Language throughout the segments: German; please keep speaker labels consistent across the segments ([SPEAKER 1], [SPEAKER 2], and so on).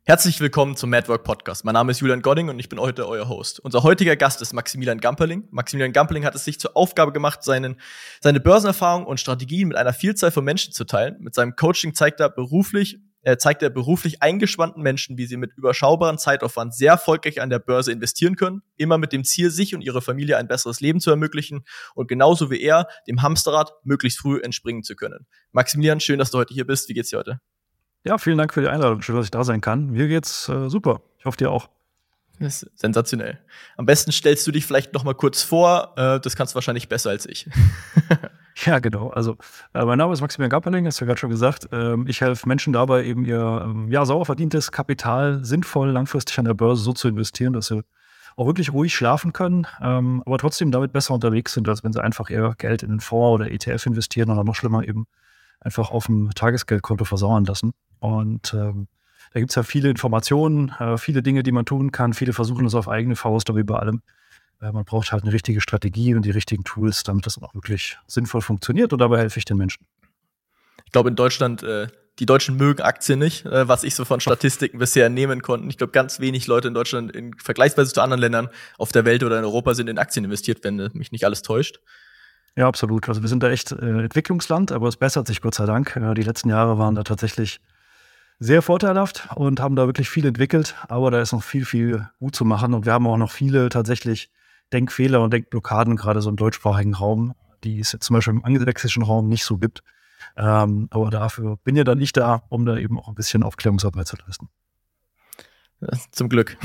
[SPEAKER 1] Herzlich willkommen zum MadWork Podcast. Mein Name ist Julian Godding und ich bin heute euer Host. Unser heutiger Gast ist Maximilian Gamperling. Maximilian Gamperling hat es sich zur Aufgabe gemacht, seine Börsenerfahrung und Strategien mit einer Vielzahl von Menschen zu teilen. Mit seinem Coaching zeigt er beruflich eingespannten Menschen, wie sie mit überschaubarem Zeitaufwand sehr erfolgreich an der Börse investieren können, immer mit dem Ziel, sich und ihre Familie ein besseres Leben zu ermöglichen und genauso wie er dem Hamsterrad möglichst früh entspringen zu können. Maximilian, schön, dass du heute hier bist. Wie geht's dir heute?
[SPEAKER 2] Ja, vielen Dank für die Einladung. Schön, dass ich da sein kann. Mir geht's super. Ich hoffe, dir auch.
[SPEAKER 1] Das ist sensationell. Am besten stellst du dich vielleicht noch mal kurz vor. Das kannst du wahrscheinlich besser als ich.
[SPEAKER 2] Ja, genau. Also, mein Name ist Maximilian Gamperling, hast du ja gerade schon gesagt. Ich helfe Menschen dabei, eben ihr sauer verdientes Kapital sinnvoll langfristig an der Börse so zu investieren, dass sie auch wirklich ruhig schlafen können, aber trotzdem damit besser unterwegs sind, als wenn sie einfach ihr Geld in einen Fonds oder ETF investieren oder noch schlimmer eben einfach auf dem Tagesgeldkonto versauern lassen. Und da gibt es ja viele Informationen, viele Dinge, die man tun kann. Viele versuchen es auf eigene Faust, aber wie bei allem, man braucht halt eine richtige Strategie und die richtigen Tools, damit das auch wirklich sinnvoll funktioniert. Und dabei helfe ich den Menschen.
[SPEAKER 1] Ich glaube, in Deutschland, die Deutschen mögen Aktien nicht, was ich so von Statistiken bisher entnehmen konnte. Ich glaube, ganz wenig Leute in Deutschland, vergleichsweise zu anderen Ländern auf der Welt oder in Europa, sind in Aktien investiert, wenn mich nicht alles täuscht.
[SPEAKER 2] Ja, absolut. Also wir sind da echt Entwicklungsland, aber es bessert sich, Gott sei Dank. Die letzten Jahre waren da tatsächlich sehr vorteilhaft und haben da wirklich viel entwickelt, aber da ist noch viel, viel gut zu machen und wir haben auch noch viele tatsächlich Denkfehler und Denkblockaden, gerade so im deutschsprachigen Raum, die es jetzt zum Beispiel im angelsächsischen Raum nicht so gibt. Aber dafür bin ja dann nicht da, um da eben auch ein bisschen Aufklärungsarbeit zu leisten.
[SPEAKER 1] Zum Glück.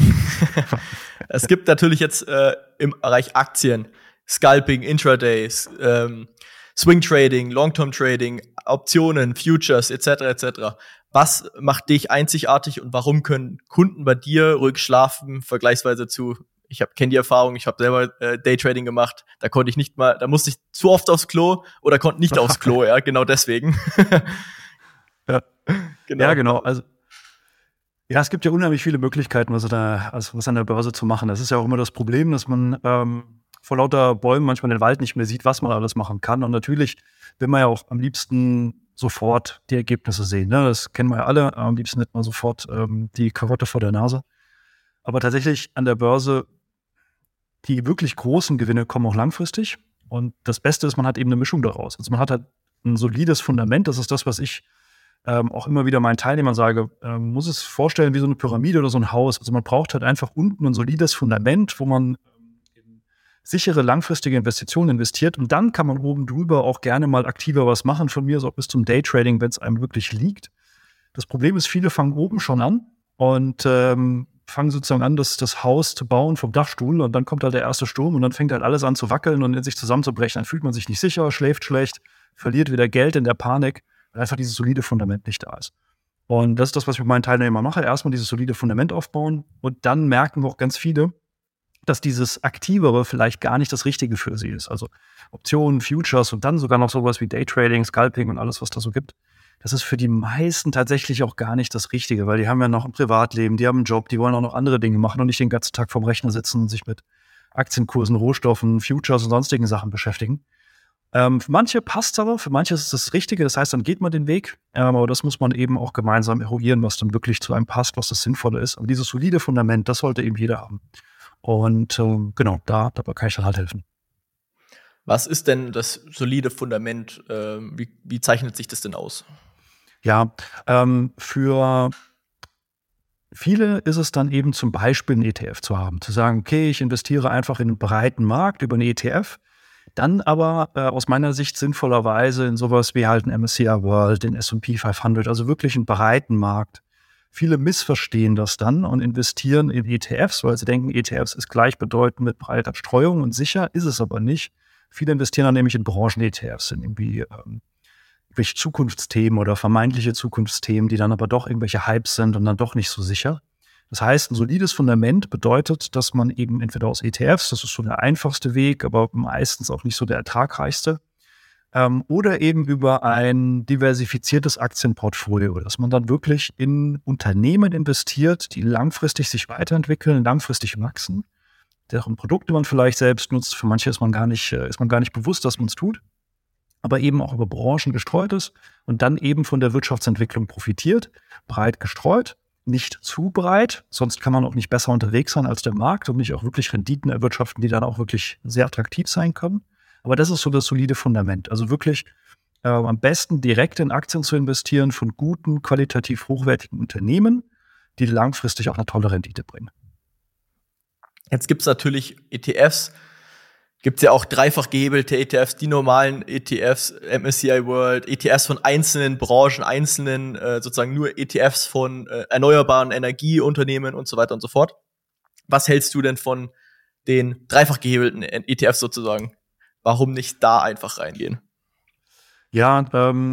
[SPEAKER 1] Es gibt natürlich jetzt im Bereich Aktien, Scalping, Intradays, Swing Trading, Long-Term Trading, Optionen, Futures etc. Was macht dich einzigartig und warum können Kunden bei dir ruhig schlafen, vergleichsweise zu, kenne die Erfahrung, ich habe selber Daytrading gemacht, da musste ich zu oft aufs Klo oder konnte nicht aufs Klo, ja, genau deswegen.
[SPEAKER 2] Ja. Genau. Ja, genau. Also ja, es gibt ja unheimlich viele Möglichkeiten, was an der Börse zu machen. Das ist ja auch immer das Problem, dass man vor lauter Bäumen manchmal den Wald nicht mehr sieht, was man alles machen kann. Und natürlich will man ja auch am liebsten sofort die Ergebnisse sehen. Ne? Das kennen wir ja alle. Am liebsten hätte man sofort die Karotte vor der Nase. Aber tatsächlich an der Börse, die wirklich großen Gewinne kommen auch langfristig. Und das Beste ist, man hat eben eine Mischung daraus. Also man hat halt ein solides Fundament. Das ist das, was ich auch immer wieder meinen Teilnehmern sage. Muss es vorstellen wie so eine Pyramide oder so ein Haus. Also man braucht halt einfach unten ein solides Fundament, wo man sichere, langfristige Investitionen investiert und dann kann man oben drüber auch gerne mal aktiver was machen, von mir aus auch bis zum Daytrading, wenn es einem wirklich liegt. Das Problem ist, viele fangen oben schon an und fangen sozusagen an, das Haus zu bauen vom Dachstuhl und dann kommt halt der erste Sturm und dann fängt halt alles an zu wackeln und in sich zusammenzubrechen. Dann fühlt man sich nicht sicher, schläft schlecht, verliert wieder Geld in der Panik, weil einfach dieses solide Fundament nicht da ist. Und das ist das, was ich mit meinen Teilnehmern mache. Erstmal dieses solide Fundament aufbauen und dann merken wir auch ganz viele, dass dieses Aktivere vielleicht gar nicht das Richtige für sie ist. Also Optionen, Futures und dann sogar noch sowas wie Daytrading, Scalping und alles, was da so gibt. Das ist für die meisten tatsächlich auch gar nicht das Richtige, weil die haben ja noch ein Privatleben, die haben einen Job, die wollen auch noch andere Dinge machen und nicht den ganzen Tag vorm Rechner sitzen und sich mit Aktienkursen, Rohstoffen, Futures und sonstigen Sachen beschäftigen. Für manche passt es aber, für manche ist es das Richtige, das heißt, dann geht man den Weg, aber das muss man eben auch gemeinsam eruieren, was dann wirklich zu einem passt, was das Sinnvolle ist. Aber dieses solide Fundament, das sollte eben jeder haben. Und genau, dabei kann ich dann halt helfen.
[SPEAKER 1] Was ist denn das solide Fundament? Wie zeichnet sich das denn aus?
[SPEAKER 2] Ja, für viele ist es dann eben zum Beispiel einen ETF zu haben. Zu sagen, okay, ich investiere einfach in einen breiten Markt über einen ETF. Dann aber aus meiner Sicht sinnvollerweise in sowas wie halt ein MSCI World, den S&P 500, also wirklich einen breiten Markt. Viele missverstehen das dann und investieren in ETFs, weil sie denken, ETFs ist gleichbedeutend mit breiter Streuung und sicher ist es aber nicht. Viele investieren dann nämlich in Branchen-ETFs, in irgendwie irgendwelche Zukunftsthemen oder vermeintliche Zukunftsthemen, die dann aber doch irgendwelche Hypes sind und dann doch nicht so sicher. Das heißt, ein solides Fundament bedeutet, dass man eben entweder aus ETFs, das ist so der einfachste Weg, aber meistens auch nicht so der ertragreichste, oder eben über ein diversifiziertes Aktienportfolio, dass man dann wirklich in Unternehmen investiert, die langfristig sich weiterentwickeln, langfristig wachsen, deren Produkte man vielleicht selbst nutzt. Für manche ist man gar nicht bewusst, dass man es tut, aber eben auch über Branchen gestreut ist und dann eben von der Wirtschaftsentwicklung profitiert, breit gestreut. nicht zu breit, sonst kann man auch nicht besser unterwegs sein als der Markt und nicht auch wirklich Renditen erwirtschaften, die dann auch wirklich sehr attraktiv sein können. Aber das ist so das solide Fundament. Also wirklich am besten direkt in Aktien zu investieren von guten, qualitativ hochwertigen Unternehmen, die langfristig auch eine tolle Rendite bringen.
[SPEAKER 1] Jetzt gibt es natürlich ETFs, gibt es ja auch dreifach gehebelte ETFs, die normalen ETFs, MSCI World, ETFs von einzelnen Branchen, einzelnen sozusagen nur ETFs von erneuerbaren Energieunternehmen und so weiter und so fort. Was hältst du denn von den dreifach gehebelten ETFs sozusagen? Warum nicht da einfach reingehen?
[SPEAKER 2] Ja,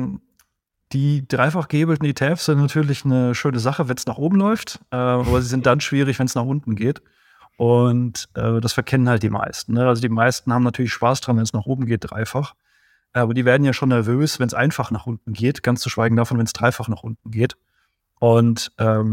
[SPEAKER 2] die dreifach gehebelten ETFs sind natürlich eine schöne Sache, wenn es nach oben läuft, aber sie sind dann schwierig, wenn es nach unten geht. Und das verkennen halt die meisten. Ne? Also die meisten haben natürlich Spaß dran, wenn es nach oben geht, dreifach. Aber die werden ja schon nervös, wenn es einfach nach unten geht, ganz zu schweigen davon, wenn es dreifach nach unten geht. Und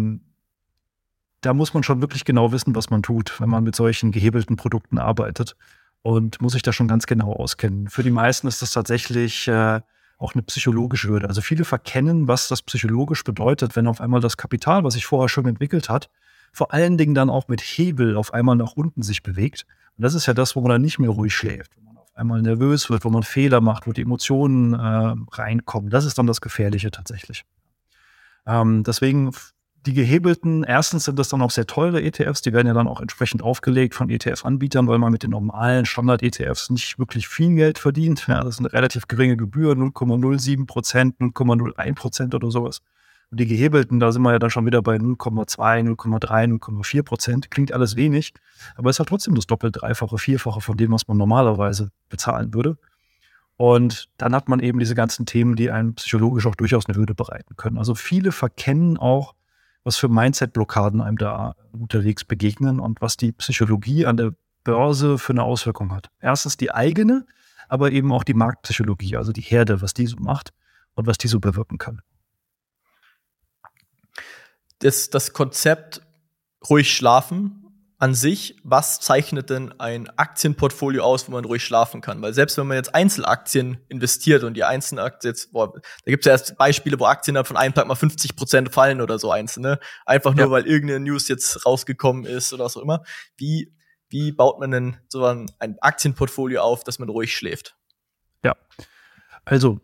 [SPEAKER 2] da muss man schon wirklich genau wissen, was man tut, wenn man mit solchen gehebelten Produkten arbeitet. Und muss sich da schon ganz genau auskennen. Für die meisten ist das tatsächlich auch eine psychologische Hürde. Also viele verkennen, was das psychologisch bedeutet, wenn auf einmal das Kapital, was sich vorher schon entwickelt hat, vor allen Dingen dann auch mit Hebel auf einmal nach unten sich bewegt. Und das ist ja das, wo man dann nicht mehr ruhig schläft, wo man auf einmal nervös wird, wo man Fehler macht, wo die Emotionen reinkommen. Das ist dann das Gefährliche tatsächlich. Deswegen die gehebelten, erstens sind das dann auch sehr teure ETFs, die werden ja dann auch entsprechend aufgelegt von ETF-Anbietern, weil man mit den normalen Standard-ETFs nicht wirklich viel Geld verdient. Ja, das sind relativ geringe Gebühren, 0,07%, 0,01% oder sowas. Und die gehebelten, da sind wir ja dann schon wieder bei 0,2, 0,3, 0,4%. Klingt alles wenig, aber es hat trotzdem das Doppel-, Dreifache, Vierfache von dem, was man normalerweise bezahlen würde. Und dann hat man eben diese ganzen Themen, die einem psychologisch auch durchaus eine Hürde bereiten können. Also viele verkennen auch, was für Mindset-Blockaden einem da unterwegs begegnen und was die Psychologie an der Börse für eine Auswirkung hat. Erstens die eigene, aber eben auch die Marktpsychologie, also die Herde, was die so macht und was die so bewirken kann.
[SPEAKER 1] Das Konzept ruhig schlafen an sich, was zeichnet denn ein Aktienportfolio aus, wo man ruhig schlafen kann? Weil selbst wenn man jetzt Einzelaktien investiert und die Einzelaktien jetzt, da gibt es ja erst Beispiele, wo Aktien dann von einem Tag mal 50% fallen oder so einzelne, einfach nur, weil irgendeine News jetzt rausgekommen ist oder was auch immer. Wie baut man denn so ein Aktienportfolio auf, dass man ruhig schläft?
[SPEAKER 2] Ja, also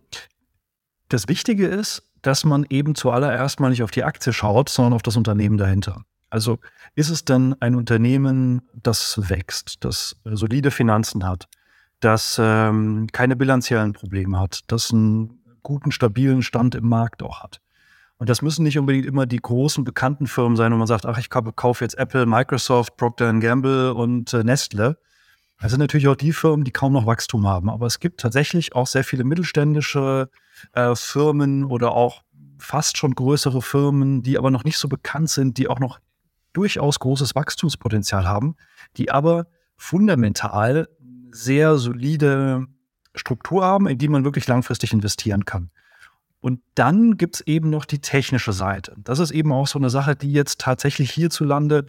[SPEAKER 2] das Wichtige ist, dass man eben zuallererst mal nicht auf die Aktie schaut, sondern auf das Unternehmen dahinter. Also ist es dann ein Unternehmen, das wächst, das solide Finanzen hat, das keine bilanziellen Probleme hat, das einen guten, stabilen Stand im Markt auch hat. Und das müssen nicht unbedingt immer die großen, bekannten Firmen sein, wo man sagt, ach, ich kaufe jetzt Apple, Microsoft, Procter & Gamble und Nestle. Das sind natürlich auch die Firmen, die kaum noch Wachstum haben. Aber es gibt tatsächlich auch sehr viele mittelständische Firmen oder auch fast schon größere Firmen, die aber noch nicht so bekannt sind, die auch noch durchaus großes Wachstumspotenzial haben, die aber fundamental sehr solide Struktur haben, in die man wirklich langfristig investieren kann. Und dann gibt es eben noch die technische Seite. Das ist eben auch so eine Sache, die jetzt tatsächlich hierzulande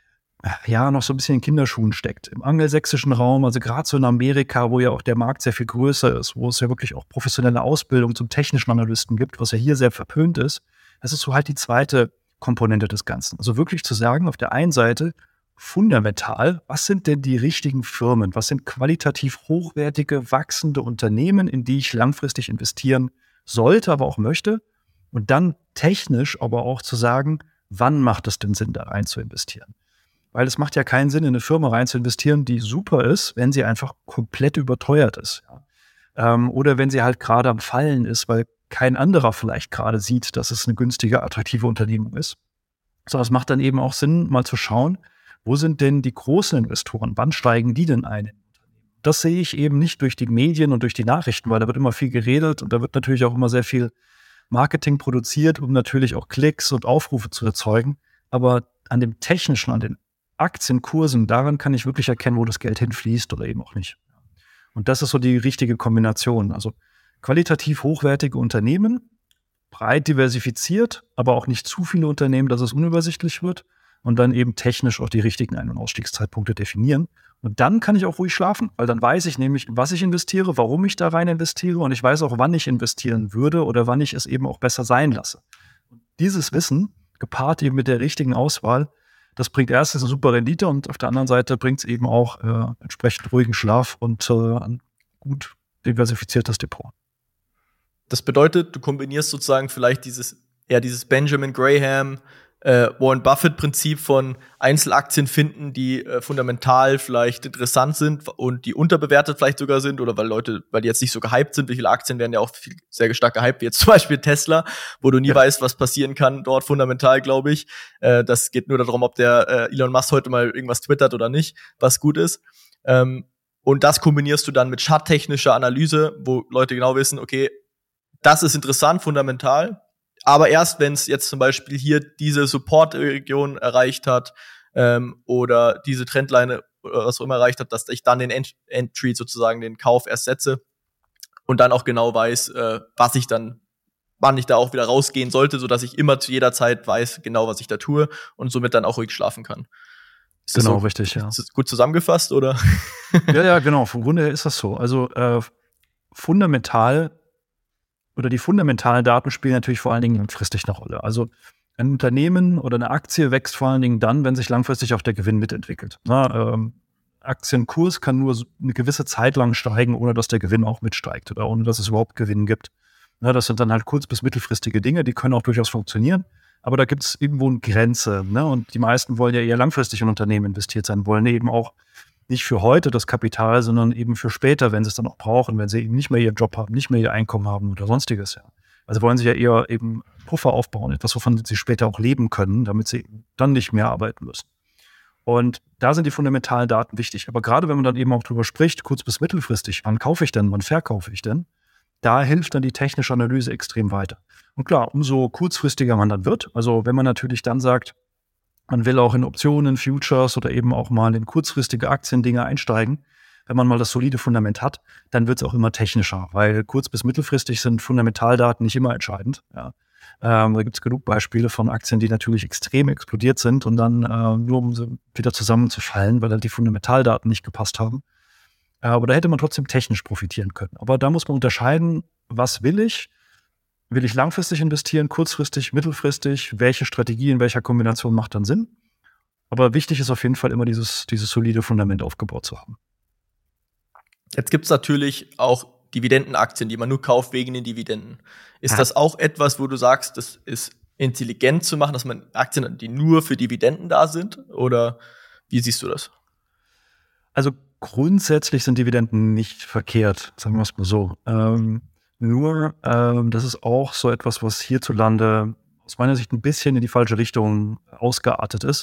[SPEAKER 2] ja noch so ein bisschen in Kinderschuhen steckt. Im angelsächsischen Raum, also gerade so in Amerika, wo ja auch der Markt sehr viel größer ist, wo es ja wirklich auch professionelle Ausbildung zum technischen Analysten gibt, was ja hier sehr verpönt ist. Das ist so halt die zweite Komponente des Ganzen. Also wirklich zu sagen, auf der einen Seite fundamental, was sind denn die richtigen Firmen? Was sind qualitativ hochwertige, wachsende Unternehmen, in die ich langfristig investieren sollte, aber auch möchte? Und dann technisch aber auch zu sagen, wann macht es denn Sinn, da rein zu investieren? Weil es macht ja keinen Sinn, in eine Firma rein zu investieren, die super ist, wenn sie einfach komplett überteuert ist. Ja. Oder wenn sie halt gerade am Fallen ist, weil kein anderer vielleicht gerade sieht, dass es eine günstige, attraktive Unternehmung ist. So, es macht dann eben auch Sinn, mal zu schauen, wo sind denn die großen Investoren? Wann steigen die denn ein? Das sehe ich eben nicht durch die Medien und durch die Nachrichten, weil da wird immer viel geredet und da wird natürlich auch immer sehr viel Marketing produziert, um natürlich auch Klicks und Aufrufe zu erzeugen. Aber an dem Technischen, an den Aktienkursen, daran kann ich wirklich erkennen, wo das Geld hinfließt oder eben auch nicht. Und das ist so die richtige Kombination. Also qualitativ hochwertige Unternehmen, breit diversifiziert, aber auch nicht zu viele Unternehmen, dass es unübersichtlich wird und dann eben technisch auch die richtigen Ein- und Ausstiegszeitpunkte definieren. Und dann kann ich auch ruhig schlafen, weil dann weiß ich nämlich, was ich investiere, warum ich da rein investiere und ich weiß auch, wann ich investieren würde oder wann ich es eben auch besser sein lasse. Und dieses Wissen gepaart eben mit der richtigen Auswahl, das bringt erstens eine super Rendite und auf der anderen Seite bringt es eben auch entsprechend ruhigen Schlaf und ein gut diversifiziertes Depot.
[SPEAKER 1] Das bedeutet, du kombinierst sozusagen vielleicht dieses Benjamin Graham, Warren Buffett-Prinzip von Einzelaktien finden, die fundamental vielleicht interessant sind und die unterbewertet vielleicht sogar sind oder weil die jetzt nicht so gehypt sind. Wie viele Aktien werden ja auch sehr stark gehypt, wie jetzt zum Beispiel Tesla, wo du nie weißt, was passieren kann dort fundamental, glaube ich. Das geht nur darum, ob der Elon Musk heute mal irgendwas twittert oder nicht, was gut ist. Und das kombinierst du dann mit charttechnischer Analyse, wo Leute genau wissen, okay, das ist interessant, fundamental. Aber erst, wenn es jetzt zum Beispiel hier diese Support-Region erreicht hat oder diese Trendline oder was auch immer erreicht hat, dass ich dann den Entry sozusagen, den Kauf erst setze und dann auch genau weiß, wann ich da auch wieder rausgehen sollte, sodass ich immer zu jeder Zeit weiß, genau was ich da tue und somit dann auch ruhig schlafen kann.
[SPEAKER 2] Ist genau, das so, richtig, ja.
[SPEAKER 1] Ist das gut zusammengefasst, oder?
[SPEAKER 2] Ja, genau. Vom Grunde her ist das so. Also die fundamentalen Daten spielen natürlich vor allen Dingen langfristig eine Rolle. Also ein Unternehmen oder eine Aktie wächst vor allen Dingen dann, wenn sich langfristig auch der Gewinn mitentwickelt. Aktienkurs kann nur eine gewisse Zeit lang steigen, ohne dass der Gewinn auch mitsteigt oder ohne dass es überhaupt Gewinn gibt. Das sind dann halt kurz- bis mittelfristige Dinge, die können auch durchaus funktionieren. Aber da gibt es irgendwo eine Grenze. Und die meisten wollen ja eher langfristig in Unternehmen investiert sein, wollen eben auch nicht für heute das Kapital, sondern eben für später, wenn sie es dann auch brauchen, wenn sie eben nicht mehr ihren Job haben, nicht mehr ihr Einkommen haben oder sonstiges. Ja. Also wollen sie ja eher eben Puffer aufbauen, etwas, wovon sie später auch leben können, damit sie dann nicht mehr arbeiten müssen. Und da sind die fundamentalen Daten wichtig. Aber gerade wenn man dann eben auch drüber spricht, kurz- bis mittelfristig, wann kaufe ich denn, wann verkaufe ich denn, da hilft dann die technische Analyse extrem weiter. Und klar, umso kurzfristiger man dann wird, also wenn man natürlich dann sagt, man will auch in Optionen, Futures oder eben auch mal in kurzfristige Aktiendinge einsteigen. Wenn man mal das solide Fundament hat, dann wird es auch immer technischer, weil kurz- bis mittelfristig sind Fundamentaldaten nicht immer entscheidend. Ja. Da gibt es genug Beispiele von Aktien, die natürlich extrem explodiert sind und dann nur um sie wieder zusammenzufallen, weil halt die Fundamentaldaten nicht gepasst haben. Aber da hätte man trotzdem technisch profitieren können. Aber da muss man unterscheiden, was will ich? Will ich langfristig investieren, kurzfristig, mittelfristig? Welche Strategie in welcher Kombination macht dann Sinn? Aber wichtig ist auf jeden Fall immer dieses solide Fundament aufgebaut zu haben.
[SPEAKER 1] Jetzt gibt's natürlich auch Dividendenaktien, die man nur kauft wegen den Dividenden. Ist das auch etwas, wo du sagst, das ist intelligent zu machen, dass man Aktien, die nur für Dividenden da sind? Oder wie siehst du das?
[SPEAKER 2] Also grundsätzlich sind Dividenden nicht verkehrt, sagen wir es mal so. Das ist auch so etwas, was hierzulande aus meiner Sicht ein bisschen in die falsche Richtung ausgeartet ist.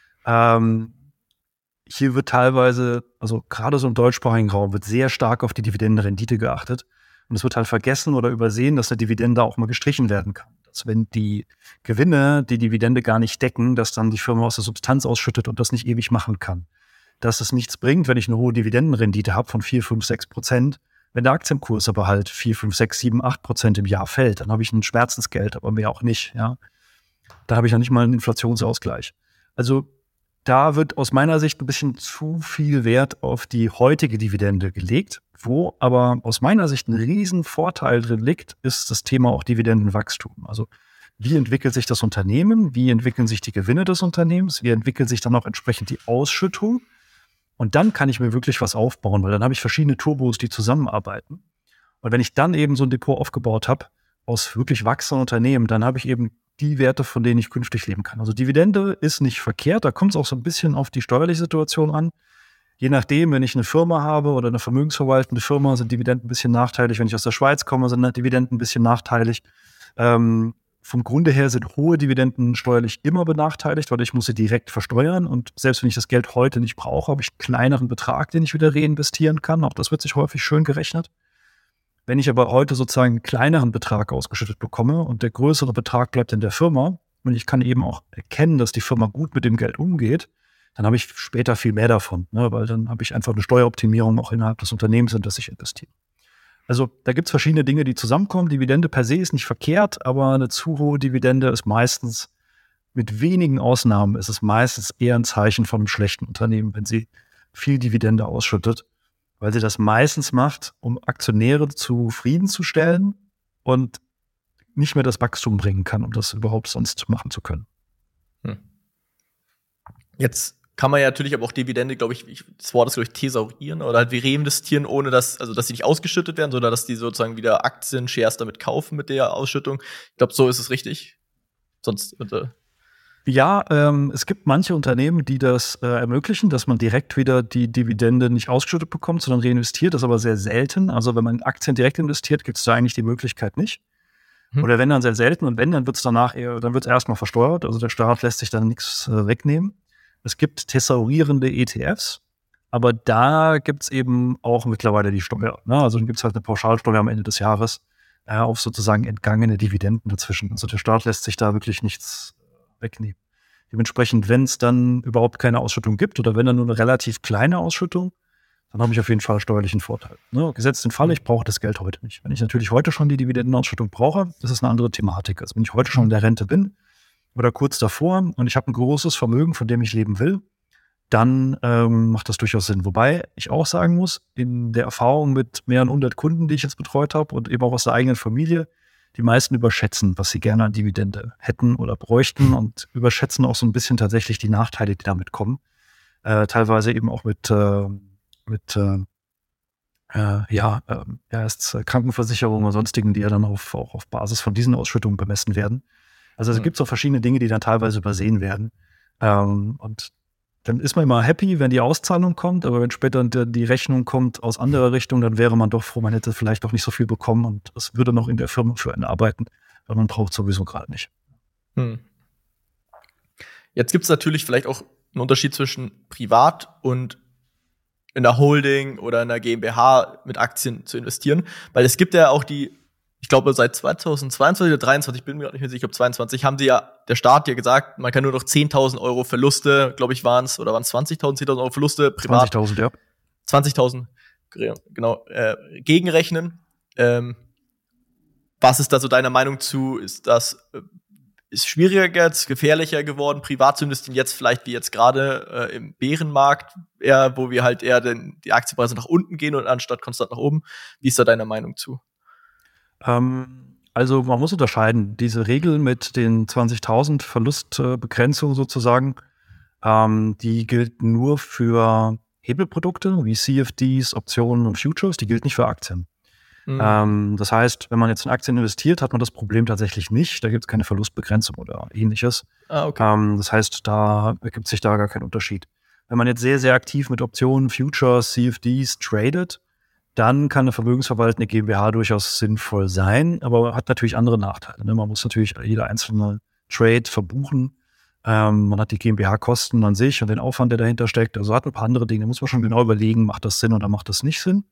[SPEAKER 2] Hier wird teilweise, also gerade so im deutschsprachigen Raum, wird sehr stark auf die Dividendenrendite geachtet. Und es wird halt vergessen oder übersehen, dass eine Dividende auch mal gestrichen werden kann. Dass wenn die Gewinne die Dividende gar nicht decken, dass dann die Firma aus der Substanz ausschüttet und das nicht ewig machen kann. Dass es nichts bringt, wenn ich eine hohe Dividendenrendite habe von 4, 5, 6%. Wenn der Aktienkurs aber halt 4, 5, 6, 7, 8% im Jahr fällt, dann habe ich ein Schmerzensgeld, aber mehr auch nicht. Ja, da habe ich ja nicht mal einen Inflationsausgleich. Also da wird aus meiner Sicht ein bisschen zu viel Wert auf die heutige Dividende gelegt. Wo aber aus meiner Sicht ein riesen Vorteil drin liegt, ist das Thema auch Dividendenwachstum. Also wie entwickelt sich das Unternehmen? Wie entwickeln sich die Gewinne des Unternehmens? Wie entwickelt sich dann auch entsprechend die Ausschüttung? Und dann kann ich mir wirklich was aufbauen, weil dann habe ich verschiedene Turbos, die zusammenarbeiten. Und wenn ich dann eben so ein Depot aufgebaut habe aus wirklich wachsenden Unternehmen, dann habe ich eben die Werte, von denen ich künftig leben kann. Also Dividende ist nicht verkehrt, da kommt es auch so ein bisschen auf die steuerliche Situation an. Je nachdem, wenn ich eine Firma habe oder eine vermögensverwaltende Firma, sind Dividenden ein bisschen nachteilig. Wenn ich aus der Schweiz komme, sind Dividenden ein bisschen nachteilig. Vom Grunde her sind hohe Dividenden steuerlich immer benachteiligt, weil ich muss sie direkt versteuern. Und selbst wenn ich das Geld heute nicht brauche, habe ich einen kleineren Betrag, den ich wieder reinvestieren kann. Auch das wird sich häufig schön gerechnet. Wenn ich aber heute sozusagen einen kleineren Betrag ausgeschüttet bekomme und der größere Betrag bleibt in der Firma und ich kann eben auch erkennen, dass die Firma gut mit dem Geld umgeht, dann habe ich später viel mehr davon, ne? Weil dann habe ich einfach eine Steueroptimierung auch innerhalb des Unternehmens, in das ich investiere. Also da gibt es verschiedene Dinge, die zusammenkommen. Dividende per se ist nicht verkehrt, aber eine zu hohe Dividende ist meistens, mit wenigen Ausnahmen, ist es meistens eher ein Zeichen von einem schlechten Unternehmen, wenn sie viel Dividende ausschüttet, weil sie das meistens macht, um Aktionäre zufriedenzustellen und nicht mehr das Wachstum bringen kann, um das überhaupt sonst machen zu können.
[SPEAKER 1] Jetzt kann man ja natürlich aber auch Dividende, glaube ich, das Wort ist, glaube ich, thesaurieren oder halt wie reinvestieren, ohne dass sie nicht ausgeschüttet werden, sondern dass die sozusagen wieder Aktien, Shares damit kaufen mit der Ausschüttung. Ich glaube, so ist es richtig. Sonst,
[SPEAKER 2] Ja, es gibt manche Unternehmen, die das ermöglichen, dass man direkt wieder die Dividende nicht ausgeschüttet bekommt, sondern reinvestiert. Das ist aber sehr selten. Also wenn man in Aktien direkt investiert, gibt es da eigentlich die Möglichkeit nicht. Oder wenn dann sehr selten, und wenn, dann wird es danach dann wird es erstmal versteuert. Also der Staat lässt sich dann nichts wegnehmen. Es gibt thesaurierende ETFs, aber da gibt es eben auch mittlerweile die Steuer. Ne? Also dann gibt es halt eine Pauschalsteuer am Ende des Jahres auf sozusagen entgangene Dividenden dazwischen. Also der Staat lässt sich da wirklich nichts wegnehmen. Dementsprechend, wenn es dann überhaupt keine Ausschüttung gibt oder wenn dann nur eine relativ kleine Ausschüttung, dann habe ich auf jeden Fall steuerlichen Vorteil. Ne? Gesetzt den Fall, ich brauche das Geld heute nicht. Wenn ich natürlich heute schon die Dividendenausschüttung brauche, das ist eine andere Thematik. Also wenn ich heute schon in der Rente bin oder kurz davor und ich habe ein großes Vermögen, von dem ich leben will, dann macht das durchaus Sinn. Wobei ich auch sagen muss, in der Erfahrung mit mehreren 100 Kunden, die ich jetzt betreut habe und eben auch aus der eigenen Familie, die meisten überschätzen, was sie gerne an Dividende hätten oder bräuchten und überschätzen auch so ein bisschen tatsächlich die Nachteile, die damit kommen. Teilweise eben auch mit Krankenversicherung oder sonstigen, die ja dann auch auf Basis von diesen Ausschüttungen bemessen werden. Also es gibt so verschiedene Dinge, die dann teilweise übersehen werden. Und dann ist man immer happy, wenn die Auszahlung kommt, aber wenn später die Rechnung kommt aus anderer Richtung, dann wäre man doch froh, man hätte vielleicht doch nicht so viel bekommen und es würde noch in der Firma für einen arbeiten, weil man braucht sowieso gerade nicht.
[SPEAKER 1] Jetzt gibt es natürlich vielleicht auch einen Unterschied zwischen privat und in der Holding oder in der GmbH mit Aktien zu investieren, weil es gibt ja auch ich glaube, seit 2022 oder 2023, ich bin mir nicht mehr sicher, ich glaube 22, haben der Staat ja gesagt, man kann nur noch 10.000 Euro Verluste, glaube ich, waren es 20.000, 10.000 Euro Verluste privat.
[SPEAKER 2] 20.000, ja.
[SPEAKER 1] 20.000, genau, gegenrechnen. Was ist da so deine Meinung zu? Ist schwieriger jetzt, gefährlicher geworden, privat zu investieren, jetzt vielleicht wie jetzt gerade im Bärenmarkt, wo wir halt eher die Aktienpreise nach unten gehen und anstatt konstant nach oben? Wie ist da deine Meinung zu?
[SPEAKER 2] Also man muss unterscheiden. Diese Regel mit den 20.000 Verlustbegrenzung sozusagen, die gilt nur für Hebelprodukte wie CFDs, Optionen und Futures. Die gilt nicht für Aktien. Das heißt, wenn man jetzt in Aktien investiert, hat man das Problem tatsächlich nicht. Da gibt es keine Verlustbegrenzung oder ähnliches.
[SPEAKER 1] Okay.
[SPEAKER 2] Das heißt, da ergibt sich da gar kein Unterschied. Wenn man jetzt sehr, sehr aktiv mit Optionen, Futures, CFDs tradet, dann kann eine vermögensverwaltende GmbH durchaus sinnvoll sein, aber hat natürlich andere Nachteile. Ne? Man muss natürlich jeder einzelne Trade verbuchen. Man hat die GmbH-Kosten an sich und den Aufwand, der dahinter steckt. Also hat ein paar andere Dinge. Da muss man schon genau überlegen, macht das Sinn oder macht das nicht Sinn.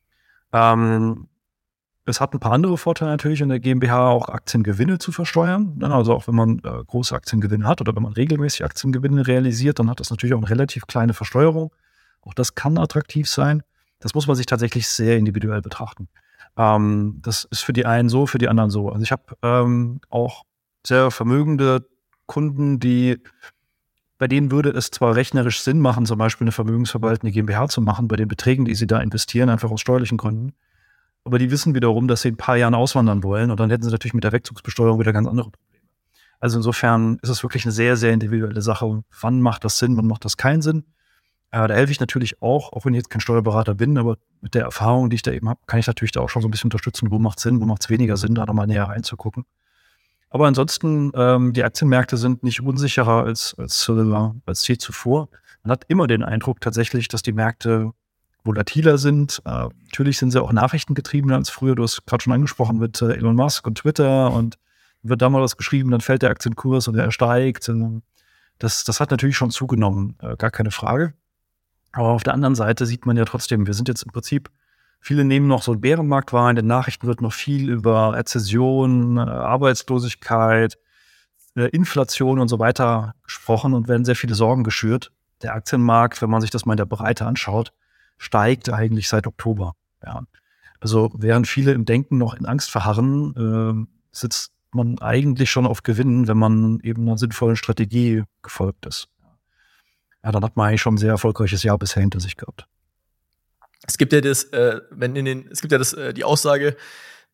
[SPEAKER 2] Es hat ein paar andere Vorteile natürlich in der GmbH, auch Aktiengewinne zu versteuern. Also auch wenn man große Aktiengewinne hat oder wenn man regelmäßig Aktiengewinne realisiert, dann hat das natürlich auch eine relativ kleine Versteuerung. Auch das kann attraktiv sein. Das muss man sich tatsächlich sehr individuell betrachten. Das ist für die einen so, für die anderen so. Also ich habe auch sehr vermögende Kunden, bei denen würde es zwar rechnerisch Sinn machen, zum Beispiel eine vermögensverwaltende GmbH zu machen, bei den Beträgen, die sie da investieren, einfach aus steuerlichen Gründen. Aber die wissen wiederum, dass sie in ein paar Jahren auswandern wollen und dann hätten sie natürlich mit der Wegzugsbesteuerung wieder ganz andere Probleme. Also insofern ist es wirklich eine sehr, sehr individuelle Sache. Wann macht das Sinn, wann macht das keinen Sinn? Da helfe ich natürlich auch wenn ich jetzt kein Steuerberater bin, aber mit der Erfahrung, die ich da eben habe, kann ich natürlich da auch schon so ein bisschen unterstützen, wo macht es Sinn, wo macht es weniger Sinn, da nochmal näher reinzugucken. Aber ansonsten, die Aktienmärkte sind nicht unsicherer als je zuvor. Man hat immer den Eindruck tatsächlich, dass die Märkte volatiler sind. Natürlich sind sie auch nachrichtengetriebener als früher. Du hast gerade schon angesprochen mit Elon Musk und Twitter und wird da mal was geschrieben, dann fällt der Aktienkurs und er steigt. Das hat natürlich schon zugenommen, gar keine Frage. Aber auf der anderen Seite sieht man ja trotzdem, wir sind jetzt im Prinzip, viele nehmen noch so einen Bärenmarkt wahr, in den Nachrichten wird noch viel über Rezession, Arbeitslosigkeit, Inflation und so weiter gesprochen und werden sehr viele Sorgen geschürt. Der Aktienmarkt, wenn man sich das mal in der Breite anschaut, steigt eigentlich seit Oktober. Ja. Also während viele im Denken noch in Angst verharren, sitzt man eigentlich schon auf Gewinnen, wenn man eben einer sinnvollen Strategie gefolgt ist. Ja, dann hat man eigentlich schon ein sehr erfolgreiches Jahr bisher hinter sich gehabt.
[SPEAKER 1] Es gibt ja die Aussage,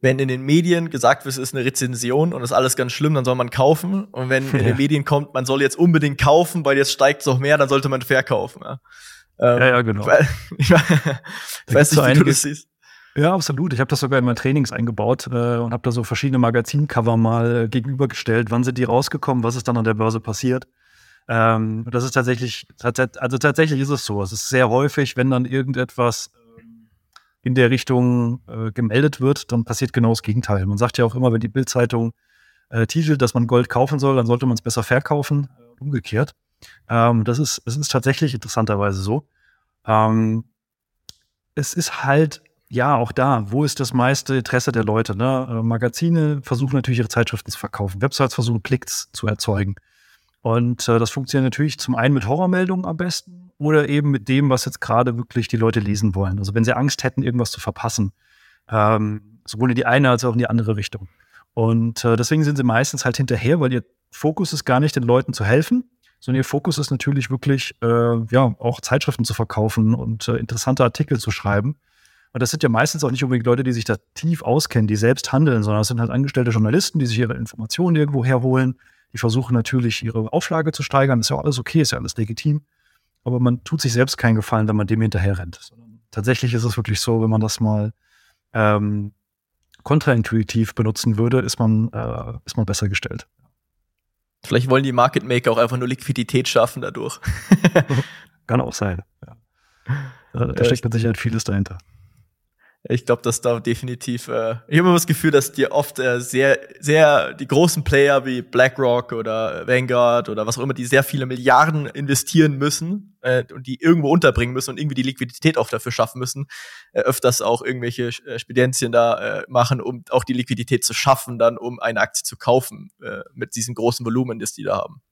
[SPEAKER 1] wenn in den Medien gesagt wird, es ist eine Rezension und ist alles ganz schlimm, dann soll man kaufen. Und wenn in den Medien kommt, man soll jetzt unbedingt kaufen, weil jetzt steigt es noch mehr, dann sollte man verkaufen.
[SPEAKER 2] Ja, genau.
[SPEAKER 1] Ich weiß nicht, wie du das siehst.
[SPEAKER 2] Ja, absolut. Ich habe das sogar in meinen Trainings eingebaut und habe da so verschiedene Magazincover mal gegenübergestellt. Wann sind die rausgekommen? Was ist dann an der Börse passiert? Das ist tatsächlich ist es so. Es ist sehr häufig, wenn dann irgendetwas in der Richtung gemeldet wird, dann passiert genau das Gegenteil. Man sagt ja auch immer, wenn die Bild-Zeitung titelt, dass man Gold kaufen soll, dann sollte man es besser verkaufen. Umgekehrt. Es ist tatsächlich interessanterweise so. Es ist halt, ja, auch da, wo ist das meiste Interesse der Leute? Ne? Magazine versuchen natürlich, ihre Zeitschriften zu verkaufen. Websites versuchen, Klicks zu erzeugen. Und das funktioniert natürlich zum einen mit Horrormeldungen am besten oder eben mit dem, was jetzt gerade wirklich die Leute lesen wollen. Also wenn sie Angst hätten, irgendwas zu verpassen. Sowohl in die eine als auch in die andere Richtung. Und deswegen sind sie meistens halt hinterher, weil ihr Fokus ist gar nicht, den Leuten zu helfen, sondern ihr Fokus ist natürlich wirklich, auch Zeitschriften zu verkaufen und interessante Artikel zu schreiben. Und das sind ja meistens auch nicht unbedingt Leute, die sich da tief auskennen, die selbst handeln, sondern es sind halt angestellte Journalisten, die sich ihre Informationen irgendwo herholen. Die versuchen natürlich, ihre Auflage zu steigern. Das ist ja auch alles okay, ist ja alles legitim. Aber man tut sich selbst keinen Gefallen, wenn man dem hinterher rennt. Tatsächlich ist es wirklich so, wenn man das mal kontraintuitiv benutzen würde, ist man besser gestellt.
[SPEAKER 1] Vielleicht wollen die Market Maker auch einfach nur Liquidität schaffen dadurch.
[SPEAKER 2] Kann auch sein. Ja. Da steckt mit Sicherheit vieles dahinter.
[SPEAKER 1] Ich glaube, dass da definitiv, ich habe immer das Gefühl, dass die oft sehr, sehr die großen Player wie BlackRock oder Vanguard oder was auch immer, die sehr viele Milliarden investieren müssen und die irgendwo unterbringen müssen und irgendwie die Liquidität auch dafür schaffen müssen, öfters auch irgendwelche Spedenzien da machen, um auch die Liquidität zu schaffen, dann um eine Aktie zu kaufen mit diesem großen Volumen, das die da haben.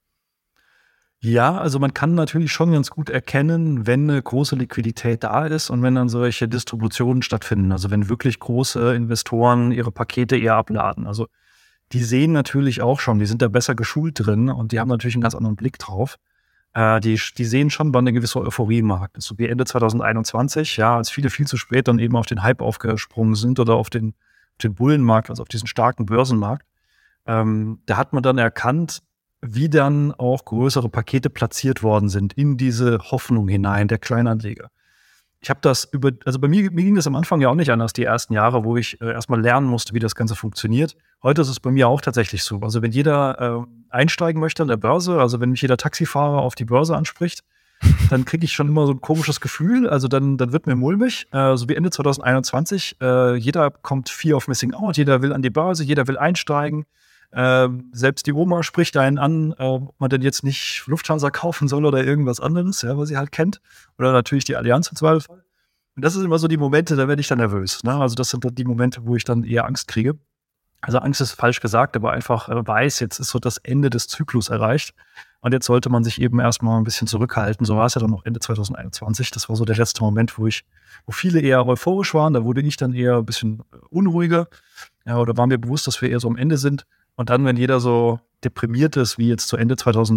[SPEAKER 2] Ja, also man kann natürlich schon ganz gut erkennen, wenn eine große Liquidität da ist und wenn dann solche Distributionen stattfinden. Also wenn wirklich große Investoren ihre Pakete eher abladen. Also die sehen natürlich auch schon, die sind da besser geschult drin und die haben natürlich einen ganz anderen Blick drauf. Die sehen schon, wann eine gewisse Euphorie im Markt ist. So wie Ende 2021, ja, als viele viel zu spät dann eben auf den Hype aufgesprungen sind oder auf den Bullenmarkt, also auf diesen starken Börsenmarkt. Da hat man dann erkannt, wie dann auch größere Pakete platziert worden sind in diese Hoffnung hinein der Kleinanleger. Ich habe das bei mir ging das am Anfang ja auch nicht anders, die ersten Jahre, wo ich erstmal lernen musste, wie das Ganze funktioniert. Heute ist es bei mir auch tatsächlich so. Also wenn jeder einsteigen möchte an der Börse, also wenn mich jeder Taxifahrer auf die Börse anspricht, dann kriege ich schon immer so ein komisches Gefühl. Also dann wird mir mulmig. So wie Ende 2021. Jeder kommt Fear of Missing Out. Jeder will an die Börse, jeder will einsteigen. Selbst die Oma spricht einen an, ob man denn jetzt nicht Lufthansa kaufen soll oder irgendwas anderes, ja, was sie halt kennt. Oder natürlich die Allianz im Zweifelsfall. Und das sind immer so die Momente, da werde ich dann nervös. Ne? Also das sind dann die Momente, wo ich dann eher Angst kriege. Also Angst ist falsch gesagt, aber einfach weiß, jetzt ist so das Ende des Zyklus erreicht. Und jetzt sollte man sich eben erstmal ein bisschen zurückhalten. So war es ja dann noch Ende 2021. Das war so der letzte Moment, wo viele eher euphorisch waren. Da wurde ich dann eher ein bisschen unruhiger. Ja, oder war mir bewusst, dass wir eher so am Ende sind. Und dann, wenn jeder so deprimiert ist, wie jetzt zu Ende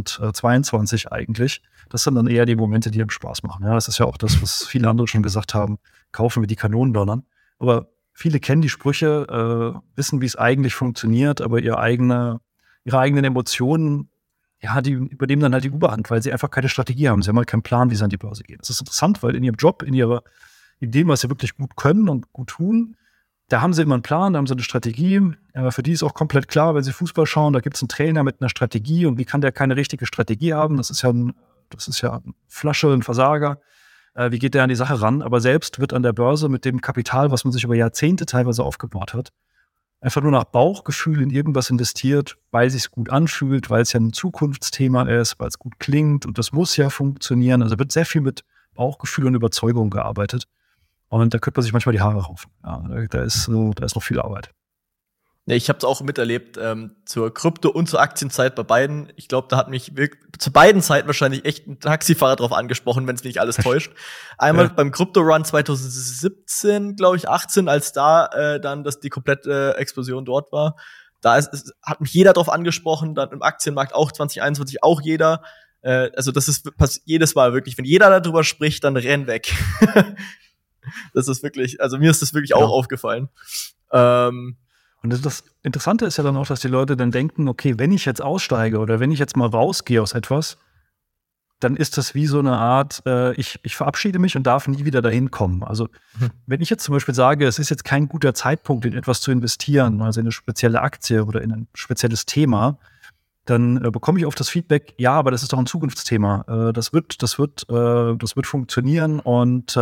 [SPEAKER 2] 2022 eigentlich, das sind dann eher die Momente, die einem Spaß machen. Ja, das ist ja auch das, was viele andere schon gesagt haben, kaufen wir die Kanonendonnern. Aber viele kennen die Sprüche, wissen, wie es eigentlich funktioniert, aber ihre eigenen Emotionen, ja, die übernehmen dann halt die Überhand, weil sie einfach keine Strategie haben. Sie haben halt keinen Plan, wie sie an die Börse gehen. Das ist interessant, weil in ihrem Job, in dem, was sie wirklich gut können und gut tun, da haben sie immer einen Plan, da haben sie eine Strategie. Für die ist auch komplett klar, wenn sie Fußball schauen, da gibt es einen Trainer mit einer Strategie und wie kann der keine richtige Strategie haben? Das ist ja ein Flasche, ein Versager. Wie geht der an die Sache ran? Aber selbst wird an der Börse mit dem Kapital, was man sich über Jahrzehnte teilweise aufgebaut hat, einfach nur nach Bauchgefühl in irgendwas investiert, weil es sich gut anfühlt, weil es ja ein Zukunftsthema ist, weil es gut klingt und das muss ja funktionieren. Also wird sehr viel mit Bauchgefühl und Überzeugung gearbeitet. Und da könnte man sich manchmal die Haare raufen. Ja, da ist noch viel Arbeit.
[SPEAKER 1] Ja, ich habe es auch miterlebt, zur Krypto- und zur Aktienzeit bei beiden. Ich glaube, da hat mich zu beiden Zeiten wahrscheinlich echt ein Taxifahrer drauf angesprochen, wenn es mich nicht alles täuscht. Einmal beim Krypto-Run 2017, glaube ich, 18, als da dann die komplette Explosion dort war. Hat mich jeder drauf angesprochen, dann im Aktienmarkt auch 2021 auch jeder. Also das ist jedes Mal wirklich, wenn jeder darüber spricht, dann renn weg. Das ist wirklich, also mir ist das wirklich auch aufgefallen.
[SPEAKER 2] Und das Interessante ist ja dann auch, dass die Leute dann denken, okay, wenn ich jetzt aussteige oder wenn ich jetzt mal rausgehe aus etwas, dann ist das wie so eine Art, ich verabschiede mich und darf nie wieder dahin kommen. Also wenn ich jetzt zum Beispiel sage, es ist jetzt kein guter Zeitpunkt, in etwas zu investieren, also in eine spezielle Aktie oder in ein spezielles Thema, dann bekomme ich oft das Feedback, ja, aber das ist doch ein Zukunftsthema. Das wird funktionieren und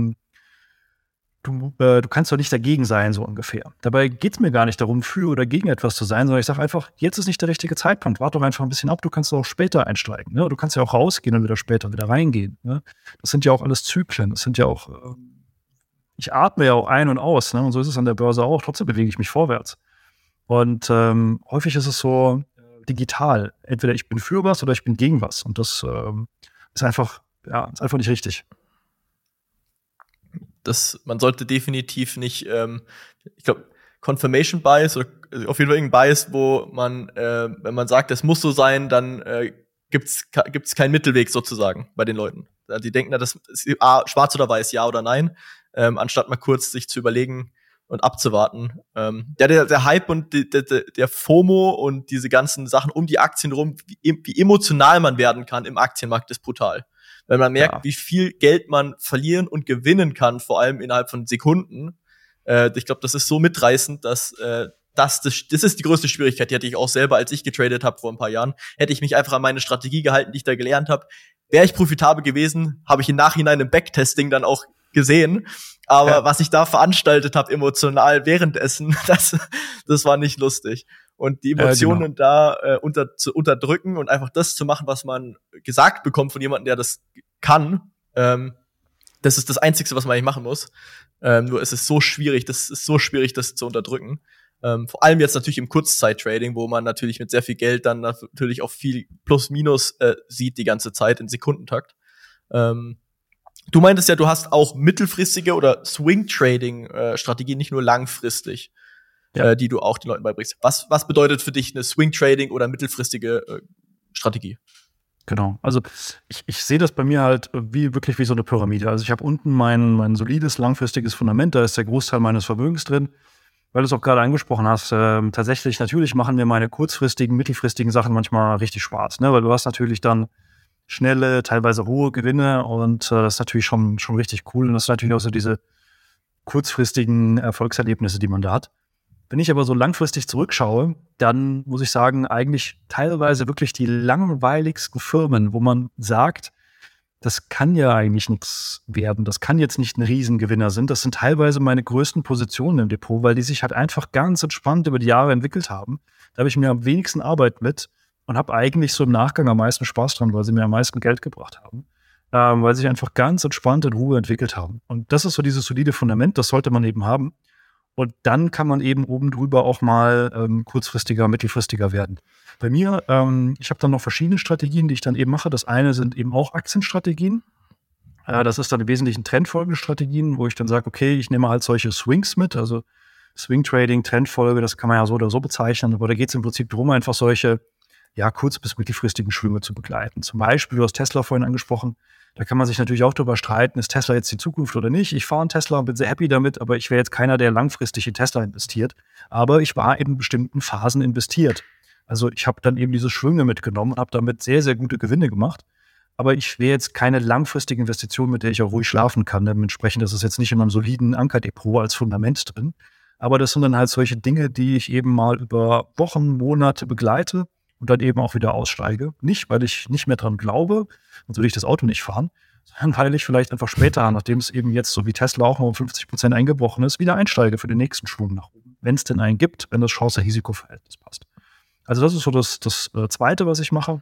[SPEAKER 2] du kannst doch nicht dagegen sein, so ungefähr. Dabei geht es mir gar nicht darum, für oder gegen etwas zu sein, sondern ich sage einfach, jetzt ist nicht der richtige Zeitpunkt. Warte doch einfach ein bisschen ab, du kannst doch auch später einsteigen. Ne? Du kannst ja auch rausgehen und wieder später wieder reingehen. Ne? Das sind ja auch alles Zyklen. Das sind ja auch, ich atme ja auch ein und aus. Ne? Und so ist es an der Börse auch. Trotzdem bewege ich mich vorwärts. Und häufig ist es so digital. Entweder ich bin für was oder ich bin gegen was. Und das ist einfach nicht richtig.
[SPEAKER 1] Man sollte definitiv nicht, ich glaube, Confirmation Bias oder auf jeden Fall irgendein Bias, wo man, wenn man sagt, das muss so sein, dann gibt's keinen Mittelweg sozusagen bei den Leuten. Die denken, das ist schwarz oder weiß, ja oder nein, anstatt mal kurz sich zu überlegen und abzuwarten. Der Hype und der FOMO und diese ganzen Sachen um die Aktien rum, wie emotional man werden kann im Aktienmarkt, ist brutal. Wenn man merkt, wie viel Geld man verlieren und gewinnen kann, vor allem innerhalb von Sekunden. Ich glaube, das ist so mitreißend, dass das ist die größte Schwierigkeit, die hatte ich auch selber, als ich getradet habe vor ein paar Jahren. Hätte ich mich einfach an meine Strategie gehalten, die ich da gelernt habe, wäre ich profitabel gewesen, habe ich im Nachhinein im Backtesting dann auch gesehen. Aber was ich da veranstaltet habe, emotional währenddessen, das war nicht lustig. Und die Emotionen da zu unterdrücken und einfach das zu machen, was man gesagt bekommt von jemandem, der das kann, das ist das Einzige, was man eigentlich machen muss. Nur es ist so schwierig, das zu unterdrücken. Vor allem jetzt natürlich im Kurzzeit-Trading, wo man natürlich mit sehr viel Geld dann natürlich auch viel Plus-Minus sieht die ganze Zeit in Sekundentakt. Du meintest ja, du hast auch mittelfristige oder Swing-Trading-Strategien, nicht nur langfristig. Die du auch den Leuten beibringst. Was bedeutet für dich eine Swing-Trading oder mittelfristige Strategie?
[SPEAKER 2] Genau, also ich sehe das bei mir halt wirklich wie so eine Pyramide. Also ich habe unten mein solides, langfristiges Fundament, da ist der Großteil meines Vermögens drin. Weil du es auch gerade angesprochen hast, tatsächlich, natürlich machen mir meine kurzfristigen, mittelfristigen Sachen manchmal richtig Spaß, ne? Weil du hast natürlich dann schnelle, teilweise hohe Gewinne und das ist natürlich schon richtig cool. Und das sind natürlich auch so diese kurzfristigen Erfolgserlebnisse, die man da hat. Wenn ich aber so langfristig zurückschaue, dann muss ich sagen, eigentlich teilweise wirklich die langweiligsten Firmen, wo man sagt, das kann ja eigentlich nichts werden, das kann jetzt nicht ein Riesengewinner sein. Das sind teilweise meine größten Positionen im Depot, weil die sich halt einfach ganz entspannt über die Jahre entwickelt haben. Da habe ich mir am wenigsten Arbeit mit und habe eigentlich so im Nachgang am meisten Spaß dran, weil sie mir am meisten Geld gebracht haben. Weil sie sich einfach ganz entspannt in Ruhe entwickelt haben. Und das ist so dieses solide Fundament, das sollte man eben haben. Und dann kann man eben oben drüber auch mal kurzfristiger, mittelfristiger werden. Bei mir, ich habe dann noch verschiedene Strategien, die ich dann eben mache. Das eine sind eben auch Aktienstrategien. Das ist dann im Wesentlichen trendfolgende Strategien, wo ich dann sage, okay, ich nehme halt solche Swings mit. Also Swing-Trading, Trendfolge, das kann man ja so oder so bezeichnen. Aber da geht es im Prinzip darum, einfach solche kurz- bis mittelfristigen Schwünge zu begleiten. Zum Beispiel, du hast Tesla vorhin angesprochen. Da kann man sich natürlich auch darüber streiten, ist Tesla jetzt die Zukunft oder nicht. Ich fahre einen Tesla und bin sehr happy damit, aber ich wäre jetzt keiner, der langfristig in Tesla investiert. Aber ich war in bestimmten Phasen investiert. Also ich habe dann eben diese Schwünge mitgenommen und habe damit sehr, sehr gute Gewinne gemacht. Aber ich wäre jetzt keine langfristige Investition, mit der ich auch ruhig schlafen kann. Dementsprechend ist es jetzt nicht in einem soliden Ankerdepot als Fundament drin. Aber das sind dann halt solche Dinge, die ich eben mal über Wochen, Monate begleite und dann eben auch wieder aussteige. Nicht, weil ich nicht mehr dran glaube, sonst würde ich das Auto nicht fahren, sondern weil ich vielleicht einfach später, nachdem es eben jetzt so wie Tesla auch noch um 50% eingebrochen ist, wieder einsteige für den nächsten Schwung nach oben. Wenn es denn einen gibt, wenn das Chance-Risiko-Verhältnis passt. Also das ist so das Zweite, was ich mache.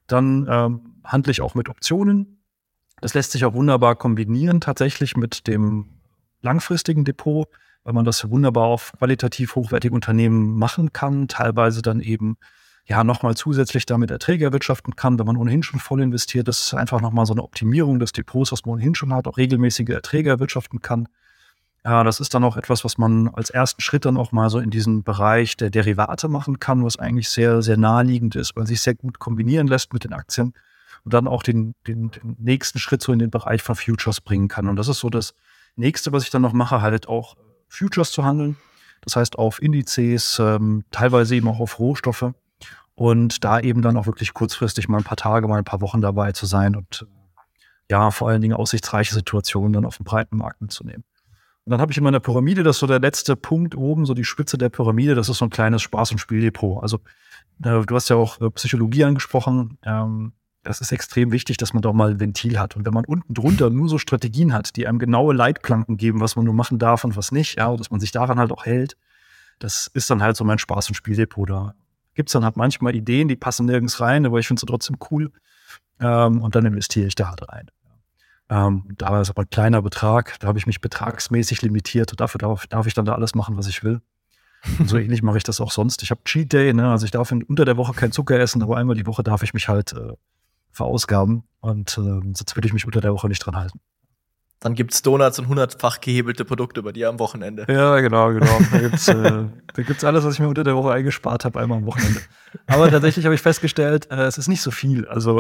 [SPEAKER 2] Dann handle ich auch mit Optionen. Das lässt sich auch wunderbar kombinieren tatsächlich mit dem langfristigen Depot, weil man das wunderbar auf qualitativ hochwertige Unternehmen machen kann, teilweise dann eben nochmal zusätzlich damit Erträge erwirtschaften kann, wenn man ohnehin schon voll investiert. Das ist einfach nochmal so eine Optimierung des Depots, was man ohnehin schon hat, auch regelmäßige Erträge erwirtschaften kann. Ja, das ist dann auch etwas, was man als ersten Schritt dann auch mal so in diesen Bereich der Derivate machen kann, was eigentlich sehr, sehr naheliegend ist, weil sich sehr gut kombinieren lässt mit den Aktien und dann auch den nächsten Schritt so in den Bereich von Futures bringen kann. Und das ist so das Nächste, was ich dann noch mache, halt auch Futures zu handeln. Das heißt auf Indizes, teilweise eben auch auf Rohstoffe und da eben dann auch wirklich kurzfristig mal ein paar Tage, mal ein paar Wochen dabei zu sein und ja, vor allen Dingen aussichtsreiche Situationen dann auf dem breiten Markt mitzunehmen. Und dann habe ich in meiner Pyramide, das ist so der letzte Punkt oben, so die Spitze der Pyramide, das ist so ein kleines Spaß- und Spieldepot. Also du hast ja auch Psychologie angesprochen. Das ist extrem wichtig, dass man da mal ein Ventil hat. Und wenn man unten drunter nur so Strategien hat, die einem genaue Leitplanken geben, was man nur machen darf und was nicht, ja, und dass man sich daran halt auch hält, das ist dann halt so mein Spaß- und Spieldepot. Da gibt's dann halt manchmal Ideen, die passen nirgends rein, aber ich finde sie trotzdem cool. Und dann investiere ich da halt rein. Da ist aber ein kleiner Betrag, da habe ich mich betragsmäßig limitiert und dafür darf ich dann da alles machen, was ich will. Und so ähnlich mache ich das auch sonst. Ich habe Cheat Day, ne? Also ich darf unter der Woche kein Zucker essen, aber einmal die Woche darf ich mich halt verausgaben und sonst würde ich mich unter der Woche nicht dran halten.
[SPEAKER 1] Dann gibt's Donuts und 100-fach gehebelte Produkte bei dir am Wochenende.
[SPEAKER 2] Ja, genau. Da gibt's alles, was ich mir unter der Woche eingespart habe, einmal am Wochenende. Aber tatsächlich habe ich festgestellt, es ist nicht so viel. Also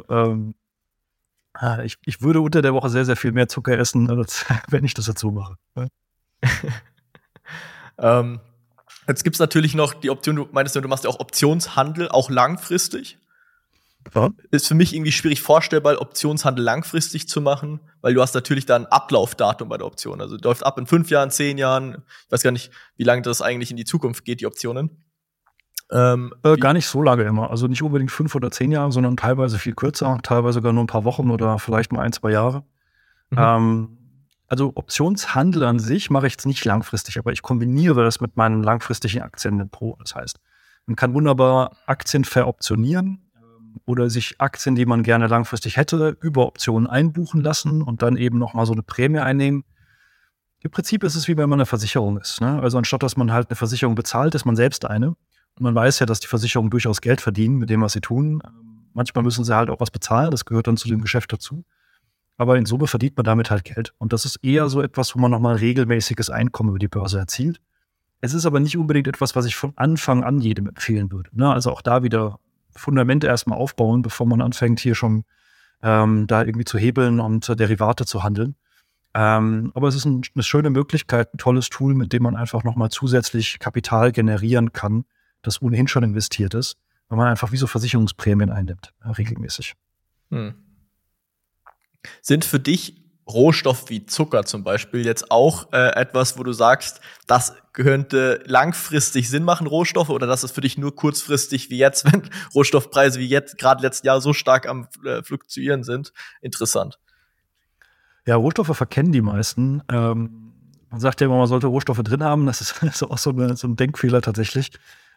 [SPEAKER 2] ich würde unter der Woche sehr, sehr viel mehr Zucker essen, wenn ich das jetzt so mache.
[SPEAKER 1] Jetzt gibt's natürlich noch die Option, du meintest ja, du machst ja auch Optionshandel, auch langfristig. Ja. Ist für mich irgendwie schwierig vorstellbar, Optionshandel langfristig zu machen, weil du hast natürlich da ein Ablaufdatum bei der Option. Also läuft ab in 5 Jahren, 10 Jahren. Ich weiß gar nicht, wie lange das eigentlich in die Zukunft geht, die Optionen.
[SPEAKER 2] Gar nicht so lange immer. Also nicht unbedingt 5 oder 10 Jahre, sondern teilweise viel kürzer, teilweise sogar nur ein paar Wochen oder vielleicht mal 1, 2 Jahre. Also Optionshandel an sich mache ich jetzt nicht langfristig, aber ich kombiniere das mit meinem langfristigen Aktiendepot. Das heißt, man kann wunderbar Aktien veroptionieren oder sich Aktien, die man gerne langfristig hätte, über Optionen einbuchen lassen und dann eben nochmal so eine Prämie einnehmen. Im Prinzip ist es wie wenn man eine Versicherung ist, ne? Also anstatt, dass man halt eine Versicherung bezahlt, ist man selbst eine. Und man weiß ja, dass die Versicherungen durchaus Geld verdienen mit dem, was sie tun. Manchmal müssen sie halt auch was bezahlen, das gehört dann zu dem Geschäft dazu. Aber in Summe verdient man damit halt Geld. Und das ist eher so etwas, wo man nochmal regelmäßiges Einkommen über die Börse erzielt. Es ist aber nicht unbedingt etwas, was ich von Anfang an jedem empfehlen würde, ne? Also auch da wieder Fundamente erstmal aufbauen, bevor man anfängt, hier schon da irgendwie zu hebeln und Derivate zu handeln. Aber es ist eine schöne Möglichkeit, ein tolles Tool, mit dem man einfach nochmal zusätzlich Kapital generieren kann, das ohnehin schon investiert ist, weil man einfach wie so Versicherungsprämien einnimmt, regelmäßig.
[SPEAKER 1] Sind für dich Rohstoffe wie Zucker zum Beispiel jetzt auch etwas, wo du sagst, das könnte langfristig Sinn machen, Rohstoffe, oder das ist für dich nur kurzfristig wie jetzt, wenn Rohstoffpreise wie jetzt gerade letzten Jahr so stark am Fluktuieren sind, interessant?
[SPEAKER 2] Ja, Rohstoffe verkennen die meisten. Man sagt ja immer, man sollte Rohstoffe drin haben. Das ist auch so ein Denkfehler tatsächlich.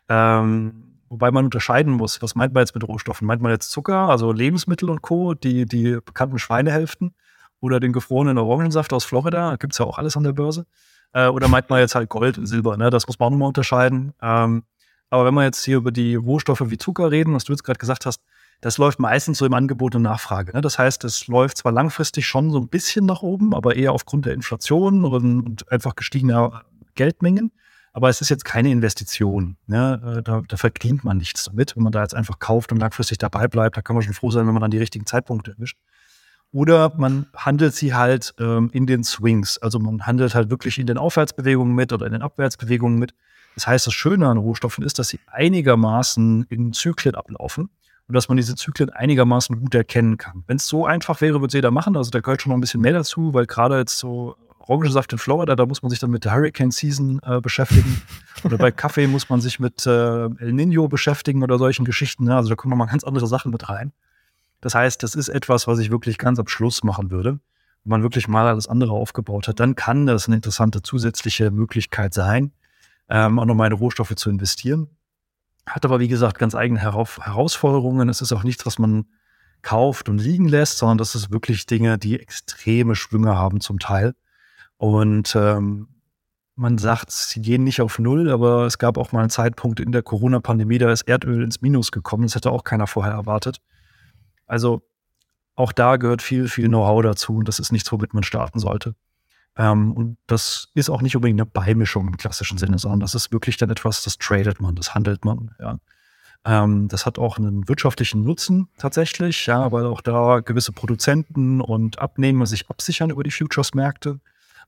[SPEAKER 2] Wobei man unterscheiden muss, was meint man jetzt mit Rohstoffen? Meint man jetzt Zucker, also Lebensmittel und Co., die bekannten Schweinehälften oder den gefrorenen Orangensaft aus Florida? Gibt's ja auch alles an der Börse. Oder meint man jetzt halt Gold und Silber? Ne? Das muss man auch nochmal unterscheiden. Aber wenn wir jetzt hier über die Rohstoffe wie Zucker reden, was du jetzt gerade gesagt hast, das läuft meistens so im Angebot und Nachfrage. Ne? Das heißt, es läuft zwar langfristig schon so ein bisschen nach oben, aber eher aufgrund der Inflation und einfach gestiegener Geldmengen. Aber es ist jetzt keine Investition. Ne? Da verdient man nichts damit, wenn man da jetzt einfach kauft und langfristig dabei bleibt. Da kann man schon froh sein, wenn man dann die richtigen Zeitpunkte erwischt. Oder man handelt sie halt in den Swings. Also man handelt halt wirklich in den Aufwärtsbewegungen mit oder in den Abwärtsbewegungen mit. Das heißt, das Schöne an Rohstoffen ist, dass sie einigermaßen in Zyklen ablaufen und dass man diese Zyklen einigermaßen gut erkennen kann. Wenn es so einfach wäre, würde es jeder machen. Also da gehört schon noch ein bisschen mehr dazu, weil gerade jetzt so Orangensaft in Florida, da muss man sich dann mit der Hurricane Season beschäftigen. Oder bei Kaffee muss man sich mit El Niño beschäftigen oder solchen Geschichten. Ne? Also da kommen nochmal ganz andere Sachen mit rein. Das heißt, das ist etwas, was ich wirklich ganz am Schluss machen würde. Wenn man wirklich mal alles andere aufgebaut hat, dann kann das eine interessante zusätzliche Möglichkeit sein, auch nochmal in Rohstoffe zu investieren. Hat aber, wie gesagt, ganz eigene Herausforderungen. Es ist auch nichts, was man kauft und liegen lässt, sondern das ist wirklich Dinge, die extreme Schwünge haben zum Teil. Und man sagt, sie gehen nicht auf Null, aber es gab auch mal einen Zeitpunkt in der Corona-Pandemie, da ist Erdöl ins Minus gekommen. Das hätte auch keiner vorher erwartet. Also auch da gehört viel, viel Know-how dazu und das ist nichts, womit man starten sollte. Und das ist auch nicht unbedingt eine Beimischung im klassischen Sinne, sondern das ist wirklich dann etwas, das tradet man, das handelt man. Ja. Das hat auch einen wirtschaftlichen Nutzen tatsächlich, ja, weil auch da gewisse Produzenten und Abnehmer sich absichern über die Futures-Märkte.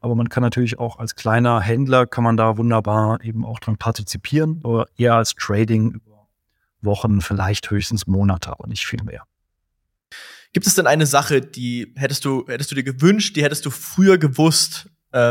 [SPEAKER 2] Aber man kann natürlich auch als kleiner Händler, kann man da wunderbar eben auch dran partizipieren, oder eher als Trading über Wochen, vielleicht höchstens Monate, aber nicht viel mehr.
[SPEAKER 1] Gibt es denn eine Sache, die hättest du dir gewünscht, die hättest du früher gewusst,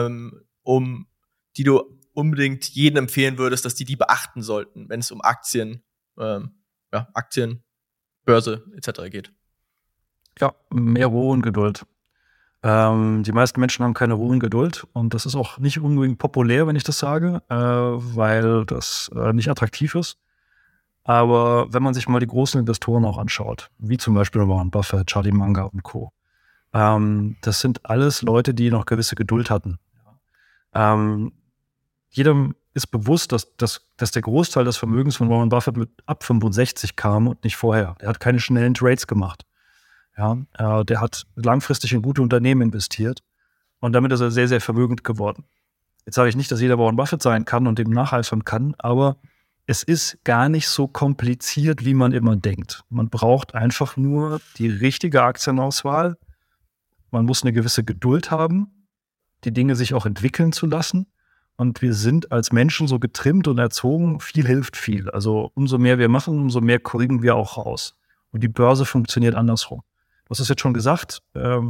[SPEAKER 1] die du unbedingt jedem empfehlen würdest, dass die beachten sollten, wenn es um Aktien, Aktien, Börse etc. geht?
[SPEAKER 2] Ja, mehr Ruhe und Geduld. Die meisten Menschen haben keine Ruhe und Geduld und das ist auch nicht unbedingt populär, wenn ich das sage, weil das nicht attraktiv ist. Aber wenn man sich mal die großen Investoren auch anschaut, wie zum Beispiel Warren Buffett, Charlie Munger und Co., das sind alles Leute, die noch gewisse Geduld hatten. Jedem ist bewusst, dass der Großteil des Vermögens von Warren Buffett mit ab 65 kam und nicht vorher. Er hat keine schnellen Trades gemacht. Ja, der hat langfristig in gute Unternehmen investiert und damit ist er sehr, sehr vermögend geworden. Jetzt sage ich nicht, dass jeder Warren Buffett sein kann und dem nacheifern kann, aber es ist gar nicht so kompliziert, wie man immer denkt. Man braucht einfach nur die richtige Aktienauswahl. Man muss eine gewisse Geduld haben, die Dinge sich auch entwickeln zu lassen. Und wir sind als Menschen so getrimmt und erzogen, viel hilft viel. Also umso mehr wir machen, umso mehr kriegen wir auch raus. Und die Börse funktioniert andersrum. Du hast es jetzt schon gesagt,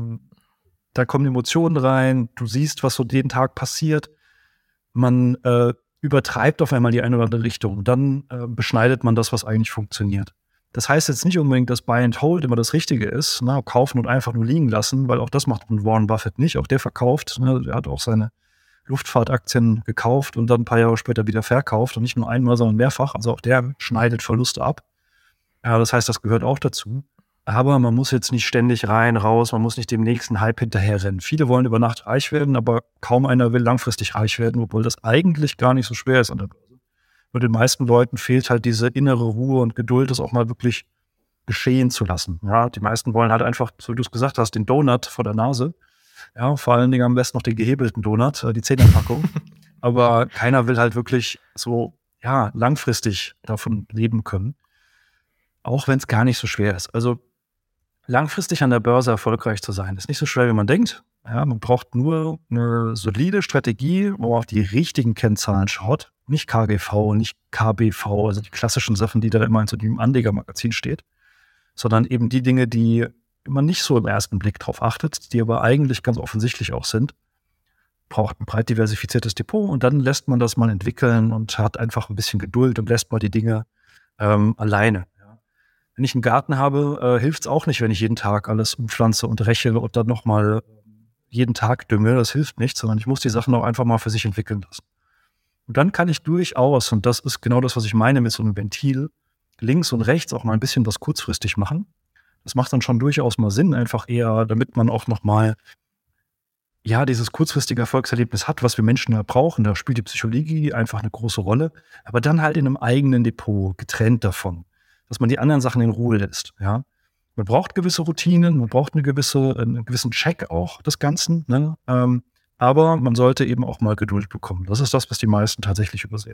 [SPEAKER 2] da kommen Emotionen rein, du siehst, was so jeden Tag passiert. Man übertreibt auf einmal die eine oder andere Richtung. Dann beschneidet man das, was eigentlich funktioniert. Das heißt jetzt nicht unbedingt, dass Buy and Hold immer das Richtige ist, kaufen und einfach nur liegen lassen, weil auch das macht Warren Buffett nicht. Auch der verkauft, der hat auch seine Luftfahrtaktien gekauft und dann ein paar Jahre später wieder verkauft und nicht nur einmal, sondern mehrfach. Also auch der schneidet Verluste ab. Ja, das heißt, das gehört auch dazu. Aber man muss jetzt nicht ständig rein, raus, man muss nicht dem nächsten Hype hinterherrennen. Viele wollen über Nacht reich werden, aber kaum einer will langfristig reich werden, obwohl das eigentlich gar nicht so schwer ist an der Börse. Und den meisten Leuten fehlt halt diese innere Ruhe und Geduld, das auch mal wirklich geschehen zu lassen. Ja, die meisten wollen halt einfach, so wie du es gesagt hast, den Donut vor der Nase. Ja, vor allen Dingen am besten noch den gehebelten Donut, die 10er-Packung. Aber keiner will halt wirklich so, langfristig davon leben können. Auch wenn es gar nicht so schwer ist. Also langfristig an der Börse erfolgreich zu sein, ist nicht so schwer, wie man denkt. Ja, man braucht nur eine solide Strategie, wo man auf die richtigen Kennzahlen schaut. Nicht KGV, nicht KBV, also die klassischen Sachen, die da immer in so einem Anlegermagazin steht, sondern eben die Dinge, die man nicht so im ersten Blick drauf achtet, die aber eigentlich ganz offensichtlich auch sind. Braucht ein breit diversifiziertes Depot und dann lässt man das mal entwickeln und hat einfach ein bisschen Geduld und lässt mal die Dinge alleine. Wenn ich einen Garten habe, hilft es auch nicht, wenn ich jeden Tag alles umpflanze und räche und dann nochmal jeden Tag dünge. Das hilft nicht, sondern ich muss die Sachen auch einfach mal für sich entwickeln lassen. Und dann kann ich durchaus, und das ist genau das, was ich meine mit so einem Ventil, links und rechts auch mal ein bisschen was kurzfristig machen. Das macht dann schon durchaus mal Sinn, einfach eher, damit man auch nochmal dieses kurzfristige Erfolgserlebnis hat, was wir Menschen ja brauchen. Da spielt die Psychologie einfach eine große Rolle. Aber dann halt in einem eigenen Depot, getrennt davon, dass man die anderen Sachen in Ruhe lässt. Ja? Man braucht gewisse Routinen, man braucht einen gewissen Check auch des Ganzen. Ne? Aber man sollte eben auch mal Geduld bekommen. Das ist das, was die meisten tatsächlich übersehen.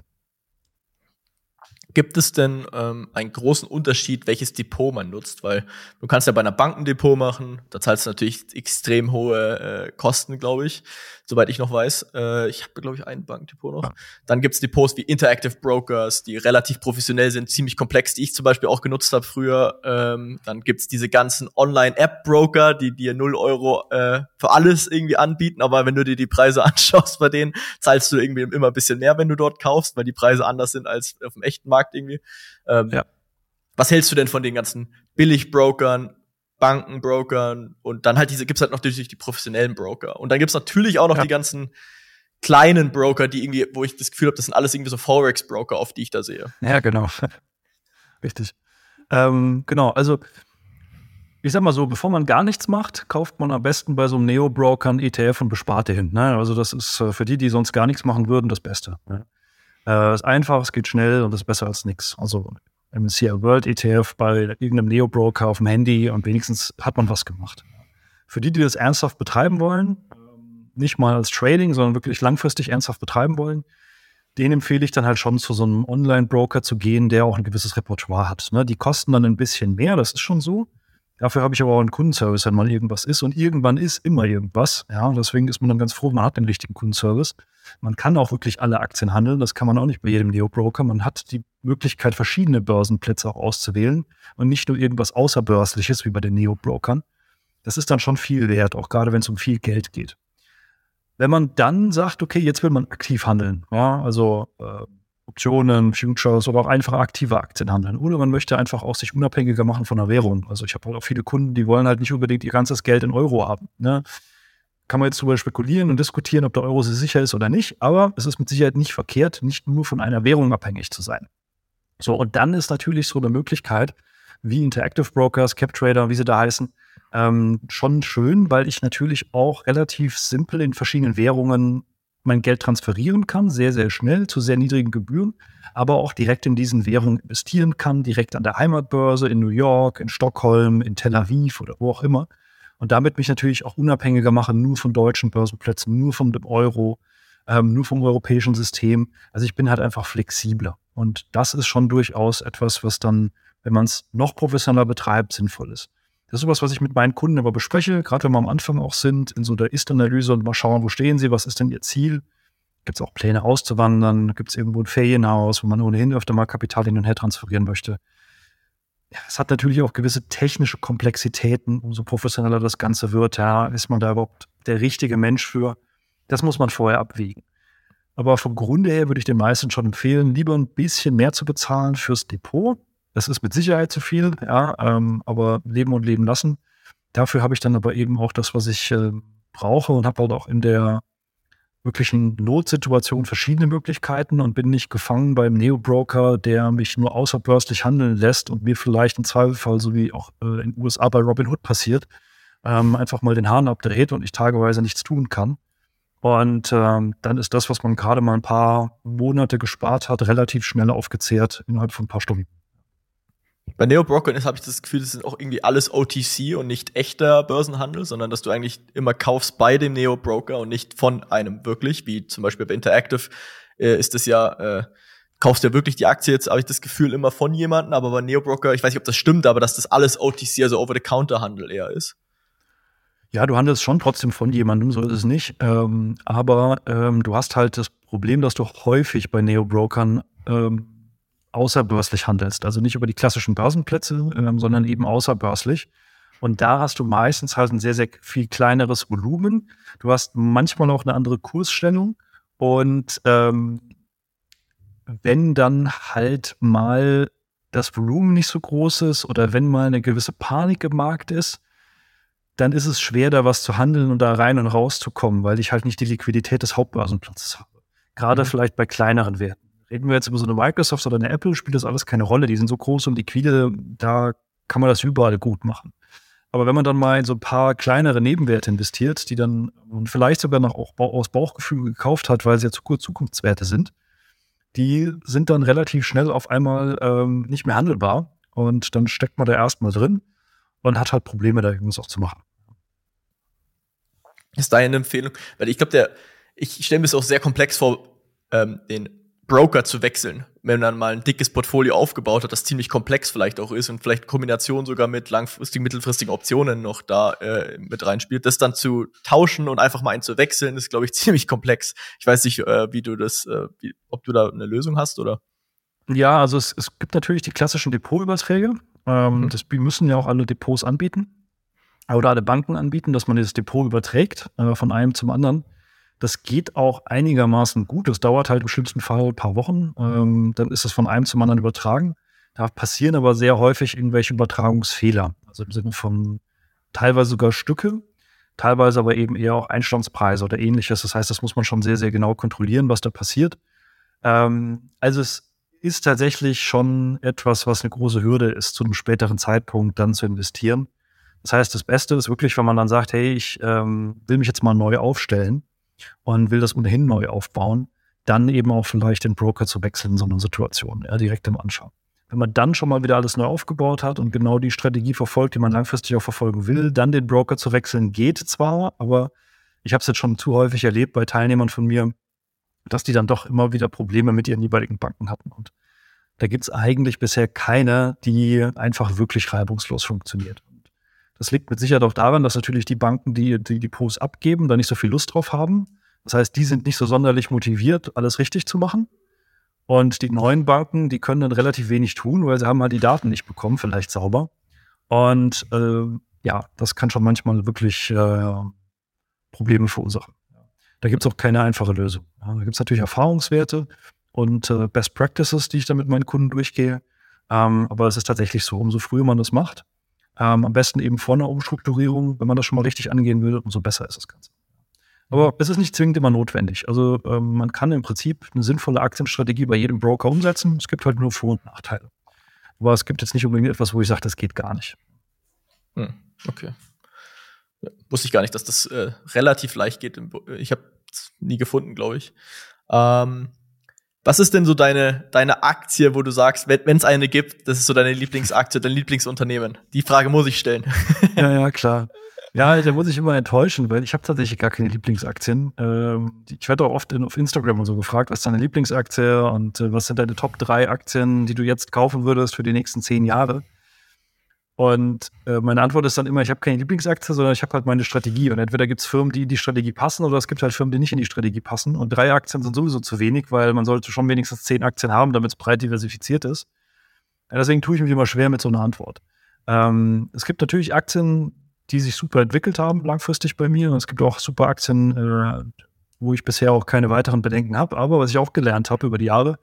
[SPEAKER 1] Gibt es denn einen großen Unterschied, welches Depot man nutzt? Weil du kannst ja bei einer Bank ein Depot machen, da zahlst du natürlich extrem hohe Kosten, glaube ich, soweit ich noch weiß. Ich habe, glaube ich, ein Bankdepot noch. Ja. Dann gibt's Depots wie Interactive Brokers, die relativ professionell sind, ziemlich komplex, die ich zum Beispiel auch genutzt habe früher. Dann gibt's diese ganzen Online-App-Broker, die dir 0 € für alles irgendwie anbieten, aber wenn du dir die Preise anschaust bei denen, zahlst du irgendwie immer ein bisschen mehr, wenn du dort kaufst, weil die Preise anders sind als auf dem echten Markt irgendwie. Was hältst du denn von den ganzen Billigbrokern, Bankenbrokern und dann halt gibt's halt noch natürlich die professionellen Broker. Und dann gibt's natürlich auch noch die ganzen kleinen Broker, die irgendwie, wo ich das Gefühl habe, das sind alles irgendwie so Forex-Broker, auf die ich da sehe.
[SPEAKER 2] Ja, genau. Richtig. Genau, also ich sag mal so, bevor man gar nichts macht, kauft man am besten bei so einem Neo-Broker einen ETF und bespart den. Ne? Also das ist für die sonst gar nichts machen würden, das Beste. Ne? Ist einfach, es geht schnell und ist besser als nichts. Also MSCI World ETF bei irgendeinem Neo-Broker auf dem Handy und wenigstens hat man was gemacht. Für die das ernsthaft betreiben wollen, nicht mal als Trading, sondern wirklich langfristig ernsthaft betreiben wollen, denen empfehle ich dann halt schon zu so einem Online-Broker zu gehen, der auch ein gewisses Repertoire hat. Ne? Die kosten dann ein bisschen mehr, das ist schon so. Dafür habe ich aber auch einen Kundenservice, wenn mal irgendwas ist. Und irgendwann ist immer irgendwas. Ja, deswegen ist man dann ganz froh, man hat den richtigen Kundenservice. Man kann auch wirklich alle Aktien handeln. Das kann man auch nicht bei jedem Neo-Broker. Man hat die Möglichkeit, verschiedene Börsenplätze auch auszuwählen und nicht nur irgendwas Außerbörsliches wie bei den Neo-Brokern. Das ist dann schon viel wert, auch gerade wenn es um viel Geld geht. Wenn man dann sagt, okay, jetzt will man aktiv handeln, ja, also Optionen, Futures oder auch einfache aktive Aktien handeln. Oder man möchte einfach auch sich unabhängiger machen von der Währung. Also ich habe halt auch viele Kunden, die wollen halt nicht unbedingt ihr ganzes Geld in Euro haben. Ne? Kann man jetzt drüber spekulieren und diskutieren, ob der Euro so sicher ist oder nicht. Aber es ist mit Sicherheit nicht verkehrt, nicht nur von einer Währung abhängig zu sein. So, und dann ist natürlich so eine Möglichkeit, wie Interactive Brokers, CapTrader, wie sie da heißen, schon schön, weil ich natürlich auch relativ simpel in verschiedenen Währungen mein Geld transferieren kann, sehr, sehr schnell, zu sehr niedrigen Gebühren, aber auch direkt in diesen Währungen investieren kann, direkt an der Heimatbörse in New York, in Stockholm, in Tel Aviv oder wo auch immer. Und damit mich natürlich auch unabhängiger mache, nur von deutschen Börsenplätzen, nur vom Euro, nur vom europäischen System. Also ich bin halt einfach flexibler. Und das ist schon durchaus etwas, was dann, wenn man es noch professioneller betreibt, sinnvoll ist. Das ist sowas, was ich mit meinen Kunden aber bespreche, gerade wenn wir am Anfang auch sind, in so der Ist-Analyse und mal schauen, wo stehen sie, was ist denn ihr Ziel? Gibt es auch Pläne auszuwandern? Gibt es irgendwo ein Ferienhaus, wo man ohnehin öfter mal Kapital hin und her transferieren möchte? Ja, es hat natürlich auch gewisse technische Komplexitäten, umso professioneller das Ganze wird. Ja, ist man da überhaupt der richtige Mensch für? Das muss man vorher abwägen. Aber vom Grunde her würde ich den meisten schon empfehlen, lieber ein bisschen mehr zu bezahlen fürs Depot. Das ist mit Sicherheit zu viel, ja, aber leben und leben lassen. Dafür habe ich dann aber eben auch das, was ich brauche und habe halt auch in der wirklichen Notsituation verschiedene Möglichkeiten und bin nicht gefangen beim Neo-Broker, der mich nur außerbörslich handeln lässt und mir vielleicht im Zweifelsfall, so wie auch in den USA bei Robinhood passiert, einfach mal den Hahn abdreht und ich tageweise nichts tun kann. Und dann ist das, was man gerade mal ein paar Monate gespart hat, relativ schnell aufgezehrt innerhalb von ein paar Stunden.
[SPEAKER 1] Bei Neo-Brokern habe ich das Gefühl, das sind auch irgendwie alles OTC und nicht echter Börsenhandel, sondern dass du eigentlich immer kaufst bei dem Neo-Broker und nicht von einem wirklich, wie zum Beispiel bei Interactive ist das ja, kaufst ja wirklich die Aktie jetzt, habe ich das Gefühl, immer von jemandem, aber bei Neo-Broker, ich weiß nicht, ob das stimmt, aber dass das alles OTC, also Over-the-Counter-Handel eher ist.
[SPEAKER 2] Ja, du handelst schon trotzdem von jemandem, so ist es nicht. Aber du hast halt das Problem, dass du häufig bei Neo-Brokern außerbörslich handelst. Also nicht über die klassischen Börsenplätze, sondern eben außerbörslich. Und da hast du meistens halt ein sehr, sehr viel kleineres Volumen. Du hast manchmal auch eine andere Kursstellung. Und wenn dann halt mal das Volumen nicht so groß ist oder wenn mal eine gewisse Panik im Markt ist, dann ist es schwer, da was zu handeln und da rein und raus zu kommen, weil ich halt nicht die Liquidität des Hauptbörsenplatzes habe. Gerade vielleicht bei kleineren Werten. Reden wir jetzt über so eine Microsoft oder eine Apple, spielt das alles keine Rolle. Die sind so groß und liquide, da kann man das überall gut machen. Aber wenn man dann mal in so ein paar kleinere Nebenwerte investiert, die dann vielleicht sogar noch auch aus Bauchgefühl gekauft hat, weil sie ja Zukunftswerte sind, die sind dann relativ schnell auf einmal nicht mehr handelbar. Und dann steckt man da erstmal drin und hat halt Probleme, da irgendwas auch zu machen.
[SPEAKER 1] Ist deine Empfehlung? Weil ich glaube, ich stelle mir es auch sehr komplex vor, den Broker zu wechseln, wenn man mal ein dickes Portfolio aufgebaut hat, das ziemlich komplex vielleicht auch ist und vielleicht Kombination sogar mit langfristigen, mittelfristigen Optionen noch da mit reinspielt. Das dann zu tauschen und einfach mal einen zu wechseln, ist, glaube ich, ziemlich komplex. Ich weiß nicht, wie du das, ob du da eine Lösung hast, oder?
[SPEAKER 2] Ja, also es gibt natürlich die klassischen Depotüberträge. Die müssen ja auch alle Depots anbieten oder alle Banken anbieten, dass man dieses Depot überträgt von einem zum anderen. Das geht auch einigermaßen gut. Das dauert halt im schlimmsten Fall ein paar Wochen. Dann ist es von einem zum anderen übertragen. Da passieren aber sehr häufig irgendwelche Übertragungsfehler. Also im Sinne von teilweise sogar Stücke, teilweise aber eben eher auch Einstandspreise oder ähnliches. Das heißt, das muss man schon sehr, sehr genau kontrollieren, was da passiert. Also es ist tatsächlich schon etwas, was eine große Hürde ist, zu einem späteren Zeitpunkt dann zu investieren. Das heißt, das Beste ist wirklich, wenn man dann sagt, hey, ich will mich jetzt mal neu aufstellen und will das ohnehin neu aufbauen, dann eben auch vielleicht den Broker zu wechseln in so einer Situation, ja, direkt im Anschauen. Wenn man dann schon mal wieder alles neu aufgebaut hat und genau die Strategie verfolgt, die man langfristig auch verfolgen will, dann den Broker zu wechseln, geht zwar, aber ich habe es jetzt schon zu häufig erlebt bei Teilnehmern von mir, dass die dann doch immer wieder Probleme mit ihren jeweiligen Banken hatten. Und da gibt es eigentlich bisher keine, die einfach wirklich reibungslos funktioniert. Das liegt mit Sicherheit auch daran, dass natürlich die Banken, die Depots abgeben, da nicht so viel Lust drauf haben. Das heißt, die sind nicht so sonderlich motiviert, alles richtig zu machen. Und die neuen Banken, die können dann relativ wenig tun, weil sie haben halt die Daten nicht bekommen, vielleicht sauber. Und das kann schon manchmal wirklich Probleme verursachen. Da gibt es auch keine einfache Lösung. Ja, da gibt es natürlich Erfahrungswerte und Best Practices, die ich dann mit meinen Kunden durchgehe. Aber es ist tatsächlich so, umso früher man das macht, am besten eben vor einer Umstrukturierung, wenn man das schon mal richtig angehen will, umso besser ist das Ganze. Aber es ist nicht zwingend immer notwendig. Also man kann im Prinzip eine sinnvolle Aktienstrategie bei jedem Broker umsetzen. Es gibt halt nur Vor- und Nachteile. Aber es gibt jetzt nicht unbedingt etwas, wo ich sage, das geht gar nicht.
[SPEAKER 1] Okay. Ja, wusste ich gar nicht, dass das relativ leicht geht. Ich habe es nie gefunden, glaube ich. Was ist denn so deine Aktie, wo du sagst, wenn es eine gibt, das ist so deine Lieblingsaktie, dein Lieblingsunternehmen? Die Frage muss ich stellen.
[SPEAKER 2] Ja, klar. Ja, da muss ich immer enttäuschen, weil ich habe tatsächlich gar keine Lieblingsaktien. Ich werde auch oft auf Instagram und so gefragt, was ist deine Lieblingsaktie und was sind deine Top 3 Aktien, die du jetzt kaufen würdest für die nächsten 10 Jahre? Und meine Antwort ist dann immer, ich habe keine Lieblingsaktie, sondern ich habe halt meine Strategie. Und entweder gibt es Firmen, die in die Strategie passen, oder es gibt halt Firmen, die nicht in die Strategie passen. Und 3 Aktien sind sowieso zu wenig, weil man sollte schon wenigstens 10 Aktien haben, damit es breit diversifiziert ist. Ja, deswegen tue ich mich immer schwer mit so einer Antwort. Es gibt natürlich Aktien, die sich super entwickelt haben, langfristig bei mir. Und es gibt auch super Aktien, wo ich bisher auch keine weiteren Bedenken habe. Aber was ich auch gelernt habe über die Jahre,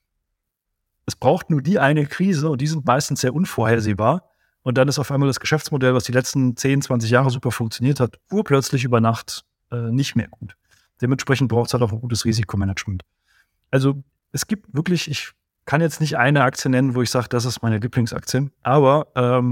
[SPEAKER 2] es braucht nur die eine Krise und die sind meistens sehr unvorhersehbar. Und dann ist auf einmal das Geschäftsmodell, was die letzten 10, 20 Jahre super funktioniert hat, urplötzlich über Nacht nicht mehr gut. Dementsprechend braucht es halt auch ein gutes Risikomanagement. Also es gibt wirklich, ich kann jetzt nicht eine Aktie nennen, wo ich sage, das ist meine Lieblingsaktie, aber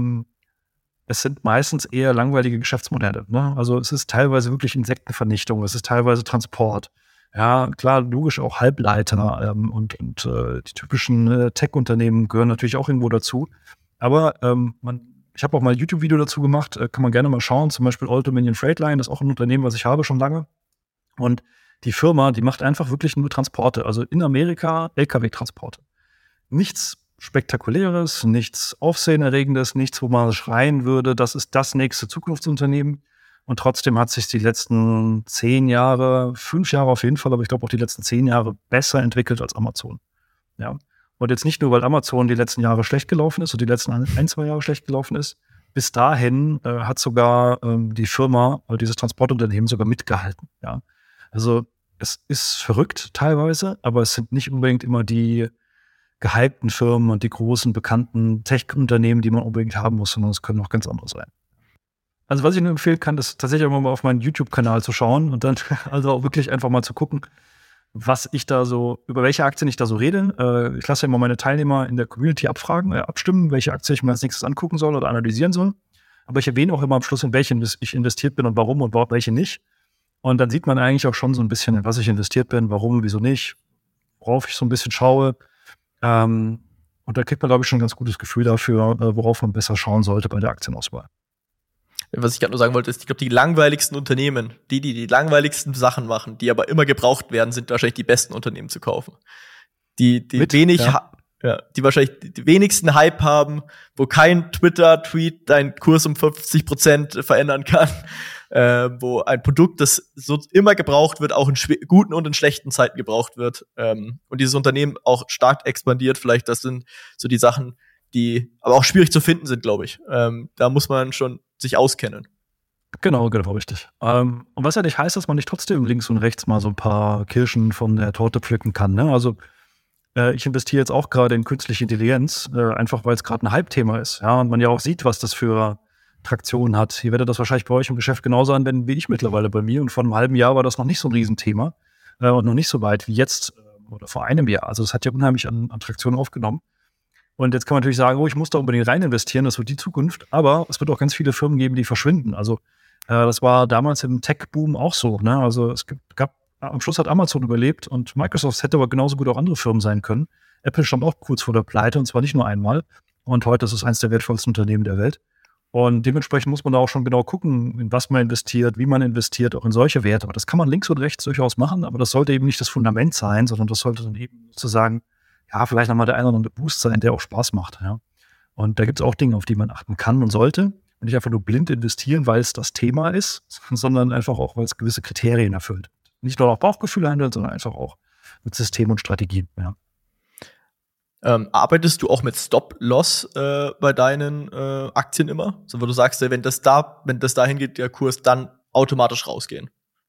[SPEAKER 2] es sind meistens eher langweilige Geschäftsmodelle. Ne? Also es ist teilweise wirklich Insektenvernichtung, es ist teilweise Transport. Ja, klar, logisch auch Halbleiter und die typischen Tech-Unternehmen gehören natürlich auch irgendwo dazu. Aber ich habe auch mal ein YouTube-Video dazu gemacht, kann man gerne mal schauen, zum Beispiel Old Dominion Freight Line, das ist auch ein Unternehmen, was ich habe schon lange. Und die Firma, die macht einfach wirklich nur Transporte, also in Amerika LKW-Transporte. Nichts Spektakuläres, nichts Aufsehenerregendes, nichts, wo man schreien würde, das ist das nächste Zukunftsunternehmen. Und trotzdem hat sich die letzten 10 Jahre, 5 Jahre auf jeden Fall, aber ich glaube auch die letzten 10 Jahre besser entwickelt als Amazon. Ja. Und jetzt nicht nur, weil Amazon die letzten Jahre schlecht gelaufen ist oder die letzten 1, 2 Jahre schlecht gelaufen ist. Bis dahin hat sogar die Firma, dieses Transportunternehmen sogar mitgehalten. Ja. Also es ist verrückt teilweise, aber es sind nicht unbedingt immer die gehypten Firmen und die großen, bekannten Tech-Unternehmen, die man unbedingt haben muss, sondern es können auch ganz andere sein. Also was ich nur empfehlen kann, ist tatsächlich auch mal auf meinen YouTube-Kanal zu schauen und dann also auch wirklich einfach mal zu gucken, was ich da so, über welche Aktien ich da so rede. Ich lasse ja immer meine Teilnehmer in der Community abstimmen, welche Aktie ich mir als nächstes angucken soll oder analysieren soll. Aber ich erwähne auch immer am Schluss, in welche ich investiert bin und warum und welche nicht. Und dann sieht man eigentlich auch schon so ein bisschen, in was ich investiert bin, warum, wieso nicht, worauf ich so ein bisschen schaue. Und da kriegt man, glaube ich, schon ein ganz gutes Gefühl dafür, worauf man besser schauen sollte bei der Aktienauswahl.
[SPEAKER 1] Was ich gerade nur sagen wollte, ist, ich glaube, die langweiligsten Unternehmen, die langweiligsten Sachen machen, die aber immer gebraucht werden, sind wahrscheinlich die besten Unternehmen zu kaufen. Die wahrscheinlich die wenigsten Hype haben, wo kein Twitter-Tweet deinen Kurs um 50% verändern kann, wo ein Produkt, das so immer gebraucht wird, auch in guten und in schlechten Zeiten gebraucht wird, und dieses Unternehmen auch stark expandiert. Vielleicht das sind so die Sachen, die aber auch schwierig zu finden sind, glaube ich. Da muss man schon sich auskennen.
[SPEAKER 2] Genau, richtig. Und was ja nicht heißt, dass man nicht trotzdem links und rechts mal so ein paar Kirschen von der Torte pflücken kann. Ne? Also ich investiere jetzt auch gerade in künstliche Intelligenz, einfach weil es gerade ein Hype-Thema ist. Ja, und man ja auch sieht, was das für Traktion hat. Ihr werdet das wahrscheinlich bei euch im Geschäft genauso anwenden wie ich mittlerweile bei mir. Und vor einem halben Jahr war das noch nicht so ein Riesenthema und noch nicht so weit wie jetzt oder vor einem Jahr. Also es hat ja unheimlich an Traktion aufgenommen. Und jetzt kann man natürlich sagen, oh, ich muss da unbedingt rein investieren, das wird die Zukunft. Aber es wird auch ganz viele Firmen geben, die verschwinden. Also das war damals im Tech-Boom auch so. Ne? Also am Schluss hat Amazon überlebt und Microsoft hätte aber genauso gut auch andere Firmen sein können. Apple stand auch kurz vor der Pleite und zwar nicht nur einmal. Und heute ist es eines der wertvollsten Unternehmen der Welt. Und dementsprechend muss man da auch schon genau gucken, in was man investiert, wie man investiert, auch in solche Werte. Aber das kann man links und rechts durchaus machen, aber das sollte eben nicht das Fundament sein, sondern das sollte dann eben sozusagen, ja, vielleicht nochmal der eine oder andere Boost sein, der auch Spaß macht. Ja. Und da gibt es auch Dinge, auf die man achten kann und sollte. Und nicht einfach nur blind investieren, weil es das Thema ist, sondern einfach auch, weil es gewisse Kriterien erfüllt. Nicht nur nach Bauchgefühl handelt, sondern einfach auch mit System und Strategien. Ja.
[SPEAKER 1] Arbeitest du auch mit Stop-Loss bei deinen Aktien immer? So, wo du sagst, wenn das dahin geht, der Kurs, dann automatisch rausgehen.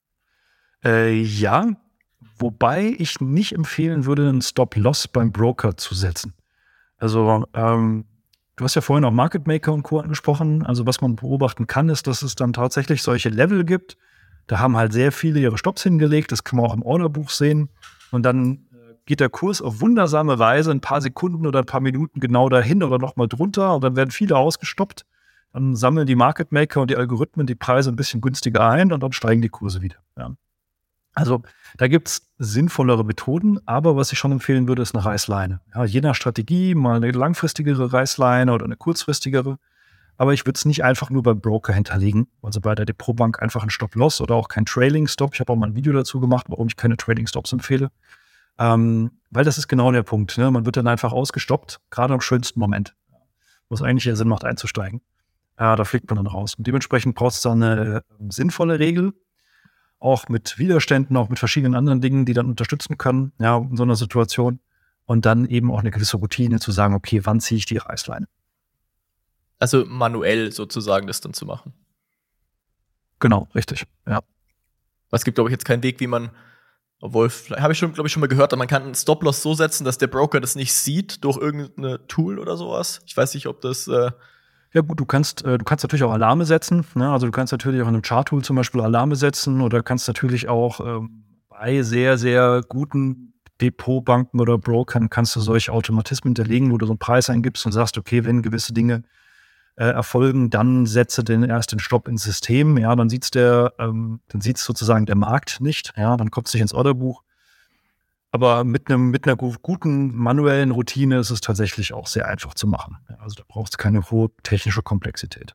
[SPEAKER 2] Ja, wobei ich nicht empfehlen würde, einen Stop-Loss beim Broker zu setzen. Also, du hast ja vorhin auch Market Maker und Co. angesprochen. Also, was man beobachten kann, ist, dass es dann tatsächlich solche Level gibt. Da haben halt sehr viele ihre Stops hingelegt. Das kann man auch im Orderbuch sehen. Und dann geht der Kurs auf wundersame Weise ein paar Sekunden oder ein paar Minuten genau dahin oder nochmal drunter. Und dann werden viele ausgestoppt. Dann sammeln die Market Maker und die Algorithmen die Preise ein bisschen günstiger ein und dann steigen die Kurse wieder. Ja. Also da gibt's sinnvollere Methoden, aber was ich schon empfehlen würde, ist eine Reißleine. Ja, je nach Strategie mal eine langfristigere Reißleine oder eine kurzfristigere. Aber ich würde es nicht einfach nur beim Broker hinterlegen, also bei der Depotbank einfach ein Stop-Loss oder auch kein Trailing-Stop. Ich habe auch mal ein Video dazu gemacht, warum ich keine Trading-Stops empfehle. Weil das ist genau der Punkt. Ne? Man wird dann einfach ausgestoppt, gerade am schönsten Moment, wo es eigentlich eher Sinn macht, einzusteigen. Da fliegt man dann raus. Und dementsprechend braucht es dann eine sinnvolle Regel, auch mit Widerständen, auch mit verschiedenen anderen Dingen, die dann unterstützen können, ja, in so einer Situation. Und dann eben auch eine gewisse Routine zu sagen, okay, wann ziehe ich die Reißleine?
[SPEAKER 1] Also manuell sozusagen das dann zu machen.
[SPEAKER 2] Genau, richtig, ja.
[SPEAKER 1] Es gibt, glaube ich, jetzt keinen Weg, wie man, obwohl, habe ich schon, glaube ich, schon mal gehört, man kann einen Stop-Loss so setzen, dass der Broker das nicht sieht durch irgendein Tool oder sowas. Ich weiß nicht, ob das
[SPEAKER 2] Ja gut, du kannst natürlich auch Alarme setzen. Ne? Also du kannst natürlich auch in einem Chart-Tool zum Beispiel Alarme setzen oder kannst natürlich auch bei sehr, sehr guten Depotbanken oder Brokern kannst du solche Automatismen hinterlegen, wo du so einen Preis eingibst und sagst, okay, wenn gewisse Dinge erfolgen, dann setze erst den Stopp ins System. Ja, dann sieht's sozusagen der Markt nicht. Ja, dann kommt es nicht ins Orderbuch. Aber mit einer guten manuellen Routine ist es tatsächlich auch sehr einfach zu machen. Also da braucht es keine hohe technische Komplexität.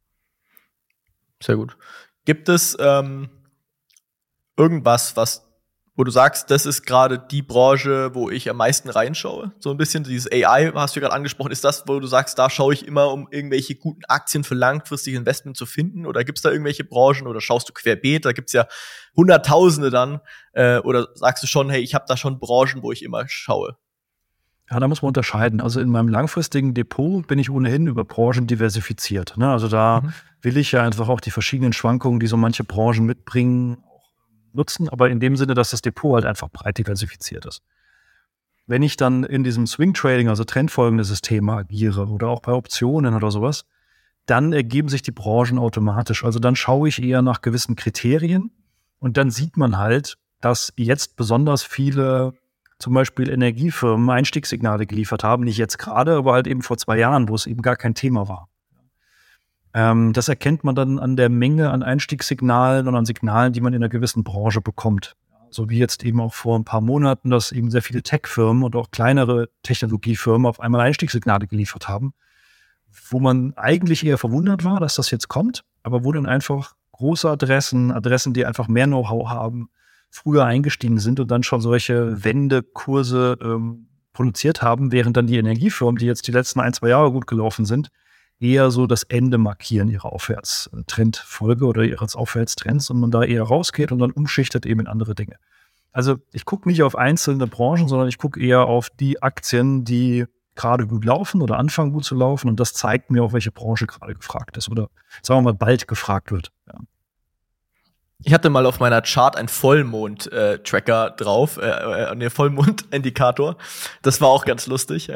[SPEAKER 1] Sehr gut. Gibt es irgendwas, wo du sagst, das ist gerade die Branche, wo ich am meisten reinschaue? So ein bisschen dieses AI, hast du gerade angesprochen. Ist das, wo du sagst, da schaue ich immer, um irgendwelche guten Aktien für langfristige Investment zu finden? Oder gibt es da irgendwelche Branchen oder schaust du querbeet? Da gibt's ja Hunderttausende dann. Oder sagst du schon, hey, ich habe da schon Branchen, wo ich immer schaue?
[SPEAKER 2] Ja, da muss man unterscheiden. Also in meinem langfristigen Depot bin ich ohnehin über Branchen diversifiziert. Ne? Also da will ich ja einfach auch die verschiedenen Schwankungen, die so manche Branchen mitbringen, nutzen, aber in dem Sinne, dass das Depot halt einfach breit diversifiziert ist. Wenn ich dann in diesem Swing Trading, also trendfolgende Systeme agiere oder auch bei Optionen oder sowas, dann ergeben sich die Branchen automatisch. Also dann schaue ich eher nach gewissen Kriterien und dann sieht man halt, dass jetzt besonders viele zum Beispiel Energiefirmen Einstiegssignale geliefert haben, nicht jetzt gerade, aber halt eben vor 2 Jahren, wo es eben gar kein Thema war. Das erkennt man dann an der Menge an Einstiegssignalen und an Signalen, die man in einer gewissen Branche bekommt. So wie jetzt eben auch vor ein paar Monaten, dass eben sehr viele Tech-Firmen und auch kleinere Technologiefirmen auf einmal Einstiegssignale geliefert haben, wo man eigentlich eher verwundert war, dass das jetzt kommt, aber wo dann einfach große Adressen, die einfach mehr Know-how haben, früher eingestiegen sind und dann schon solche Wendekurse produziert haben, während dann die Energiefirmen, die jetzt die letzten 1-2 Jahre gut gelaufen sind, eher so das Ende markieren ihrer Aufwärtstrendfolge oder ihres Aufwärtstrends und man da eher rausgeht und dann umschichtet eben in andere Dinge. Also ich gucke nicht auf einzelne Branchen, sondern ich gucke eher auf die Aktien, die gerade gut laufen oder anfangen gut zu laufen und das zeigt mir auch, welche Branche gerade gefragt ist oder sagen wir mal bald gefragt wird. Ja.
[SPEAKER 1] Ich hatte mal auf meiner Chart einen Vollmond-Tracker drauf, Vollmond-Indikator. Das war auch ganz lustig.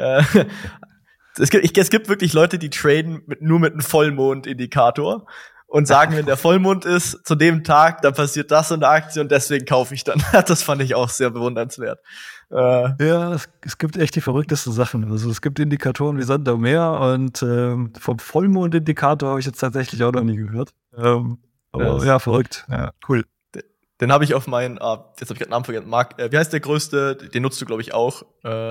[SPEAKER 1] Es gibt wirklich Leute, die traden nur mit einem Vollmond-Indikator und sagen, wenn der Vollmond ist, zu dem Tag, dann passiert das in der Aktie und deswegen kaufe ich dann. Das fand ich auch sehr bewundernswert.
[SPEAKER 2] Ja, es gibt echt die verrücktesten Sachen. Also es gibt Indikatoren wie Sand am Meer und vom Vollmond-Indikator habe ich jetzt tatsächlich auch noch nie gehört. Aber ja, verrückt. Ja, cool.
[SPEAKER 1] Den habe ich auf meinen, jetzt habe ich gerade den Namen vergessen, Mark, wie heißt der größte, den nutzt du, glaube ich, auch,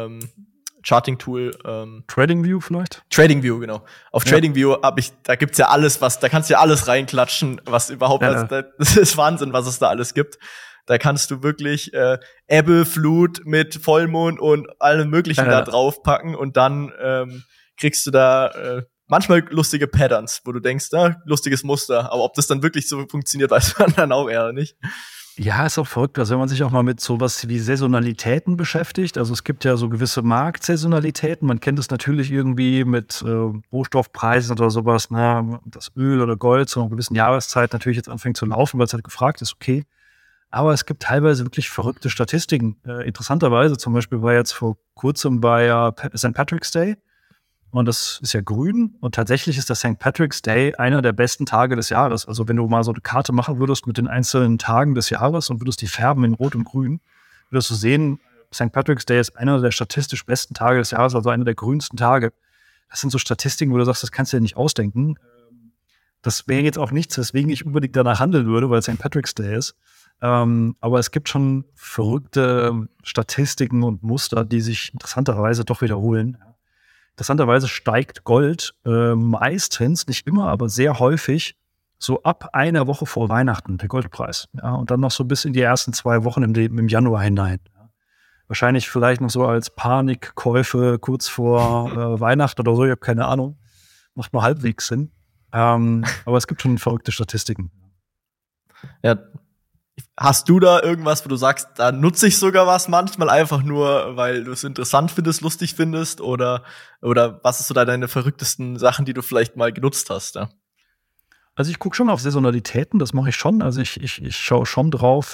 [SPEAKER 1] Charting-Tool.
[SPEAKER 2] TradingView vielleicht?
[SPEAKER 1] TradingView, genau. Auf TradingView da gibt's ja alles, da kannst du ja alles reinklatschen, was überhaupt, das ist Wahnsinn, was es da alles gibt. Da kannst du wirklich Ebbe, Flut mit Vollmond und allem Möglichen da draufpacken und dann kriegst du da manchmal lustige Patterns, wo du denkst, lustiges Muster. Aber ob das dann wirklich so funktioniert, weiß man dann auch eher nicht.
[SPEAKER 2] Ja, ist auch verrückt, also wenn man sich auch mal mit sowas wie Saisonalitäten beschäftigt. Also es gibt ja so gewisse Marktsaisonalitäten. Man kennt es natürlich irgendwie mit Rohstoffpreisen oder sowas, ne? Das Öl oder Gold zu einer gewissen Jahreszeit natürlich jetzt anfängt zu laufen, weil es halt gefragt ist, okay. Aber es gibt teilweise wirklich verrückte Statistiken. Interessanterweise zum Beispiel war jetzt vor kurzem bei St. Patrick's Day. Und das ist ja grün. Und tatsächlich ist der St. Patrick's Day einer der besten Tage des Jahres. Also wenn du mal so eine Karte machen würdest mit den einzelnen Tagen des Jahres und würdest die färben in Rot und Grün, würdest du sehen, St. Patrick's Day ist einer der statistisch besten Tage des Jahres, also einer der grünsten Tage. Das sind so Statistiken, wo du sagst, das kannst du dir nicht ausdenken. Das wäre jetzt auch nichts, weswegen ich unbedingt danach handeln würde, weil es St. Patrick's Day ist. Aber es gibt schon verrückte Statistiken und Muster, die sich interessanterweise doch wiederholen. Interessanterweise steigt Gold meistens, nicht immer, aber sehr häufig, so ab einer Woche vor Weihnachten, der Goldpreis. Ja, und dann noch so bis in die ersten 2 Wochen im Januar hinein. Ja. Wahrscheinlich vielleicht noch so als Panikkäufe kurz vor Weihnachten oder so, ich habe keine Ahnung. Macht nur halbwegs Sinn. Aber es gibt schon verrückte Statistiken.
[SPEAKER 1] Ja. Hast du da irgendwas, wo du sagst, da nutze ich sogar was manchmal einfach nur, weil du es interessant findest, lustig findest? Oder was ist so da deine verrücktesten Sachen, die du vielleicht mal genutzt hast? Ja?
[SPEAKER 2] Also ich gucke schon auf Saisonalitäten, das mache ich schon. Also ich schaue schon drauf,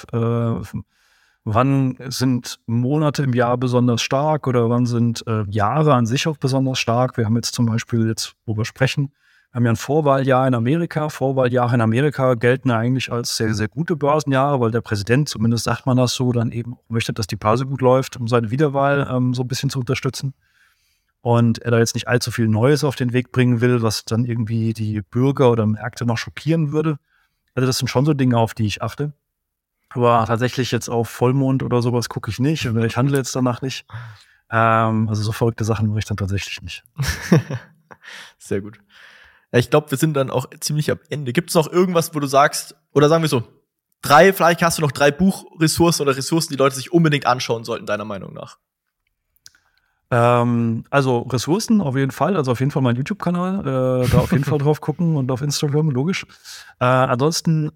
[SPEAKER 2] wann sind Monate im Jahr besonders stark oder wann sind Jahre an sich auch besonders stark. Wir haben jetzt zum Beispiel, wo wir sprechen, wir haben ja ein Vorwahljahr in Amerika. Vorwahljahre in Amerika gelten eigentlich als sehr, sehr gute Börsenjahre, weil der Präsident, zumindest sagt man das so, dann eben möchte, dass die Börse gut läuft, um seine Wiederwahl so ein bisschen zu unterstützen. Und er da jetzt nicht allzu viel Neues auf den Weg bringen will, was dann irgendwie die Bürger oder Märkte noch schockieren würde. Also das sind schon so Dinge, auf die ich achte. Aber tatsächlich jetzt auf Vollmond oder sowas gucke ich nicht oder ich handle jetzt danach nicht. Also so verrückte Sachen mache ich dann tatsächlich nicht.
[SPEAKER 1] Sehr gut. Ja, ich glaube, wir sind dann auch ziemlich am Ende. Gibt es noch irgendwas, wo du sagst, oder sagen wir so, vielleicht hast du noch 3 Buchressourcen oder Ressourcen, die Leute sich unbedingt anschauen sollten, deiner Meinung nach?
[SPEAKER 2] Also Ressourcen auf jeden Fall, also auf jeden Fall mein YouTube-Kanal, da auf jeden Fall drauf gucken und auf Instagram, logisch. Ansonsten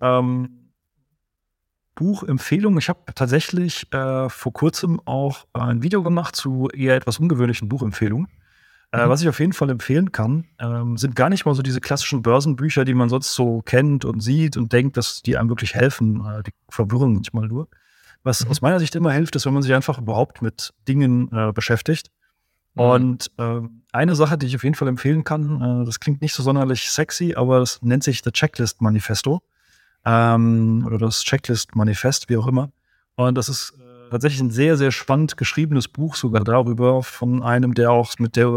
[SPEAKER 2] Buchempfehlungen. Ich habe tatsächlich vor kurzem auch ein Video gemacht zu eher etwas ungewöhnlichen Buchempfehlungen. Was ich auf jeden Fall empfehlen kann, sind gar nicht mal so diese klassischen Börsenbücher, die man sonst so kennt und sieht und denkt, dass die einem wirklich helfen. Die verwirren manchmal nur. Was aus meiner Sicht immer hilft, ist, wenn man sich einfach überhaupt mit Dingen beschäftigt. Und eine Sache, die ich auf jeden Fall empfehlen kann, das klingt nicht so sonderlich sexy, aber das nennt sich The Checklist Manifesto. Oder das Checklist Manifest, wie auch immer. Und das ist tatsächlich ein sehr, sehr spannend geschriebenes Buch sogar darüber von einem, der auch mit der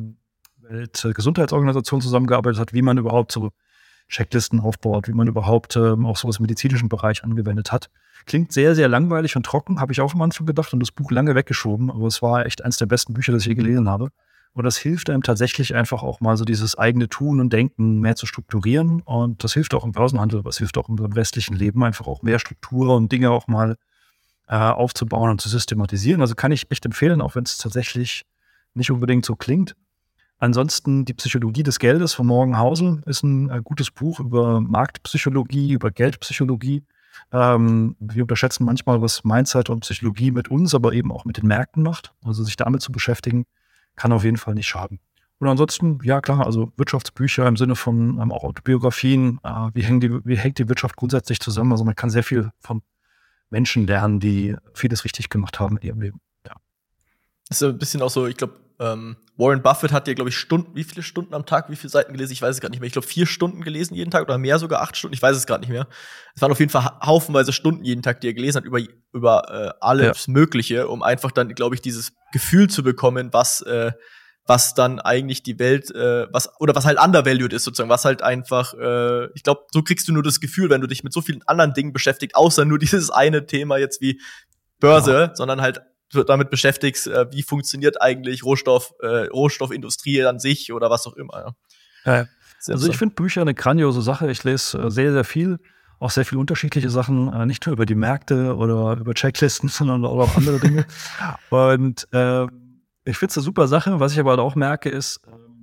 [SPEAKER 2] Weltgesundheitsorganisation zusammengearbeitet hat, wie man überhaupt so Checklisten aufbaut, wie man überhaupt auch sowas im medizinischen Bereich angewendet hat. Klingt sehr, sehr langweilig und trocken, habe ich auch am Anfang gedacht und das Buch lange weggeschoben, aber es war echt eines der besten Bücher, das ich je gelesen habe. Und das hilft einem tatsächlich einfach auch mal so dieses eigene Tun und Denken mehr zu strukturieren und das hilft auch im Börsenhandel, aber es hilft auch im restlichen Leben einfach auch mehr Struktur und Dinge auch mal aufzubauen und zu systematisieren. Also kann ich echt empfehlen, auch wenn es tatsächlich nicht unbedingt so klingt. Ansonsten die Psychologie des Geldes von Morgan Housel ist ein gutes Buch über Marktpsychologie, über Geldpsychologie. Wir unterschätzen manchmal, was Mindset und Psychologie mit uns, aber eben auch mit den Märkten macht. Also sich damit zu beschäftigen, kann auf jeden Fall nicht schaden. Und ansonsten, ja klar, also Wirtschaftsbücher im Sinne von auch Autobiografien, wie hängt die Wirtschaft grundsätzlich zusammen? Also man kann sehr viel von Menschen lernen, die vieles richtig gemacht haben in ihrem Leben. Ja.
[SPEAKER 1] Das ist ein bisschen auch so, ich glaube, Warren Buffett hat ja, glaube ich, wie viele Stunden am Tag, wie viele Seiten gelesen? Ich weiß es gerade nicht mehr. Ich glaube, 4 Stunden gelesen jeden Tag oder mehr, sogar 8 Stunden. Ich weiß es gerade nicht mehr. Es waren auf jeden Fall haufenweise Stunden jeden Tag, die er gelesen hat über alles Mögliche, um einfach dann, glaube ich, dieses Gefühl zu bekommen, was dann eigentlich die Welt, was halt undervalued ist sozusagen, was halt einfach, ich glaube, so kriegst du nur das Gefühl, wenn du dich mit so vielen anderen Dingen beschäftigst, außer nur dieses eine Thema jetzt wie Börse, sondern halt damit beschäftigst, wie funktioniert eigentlich Rohstoffindustrie an sich oder was auch immer.
[SPEAKER 2] Ja. Also ich finde Bücher eine grandiose Sache. Ich lese sehr, sehr viel, auch sehr viele unterschiedliche Sachen, nicht nur über die Märkte oder über Checklisten, sondern auch andere Dinge. Und ich finde es eine super Sache. Was ich aber auch merke, ist,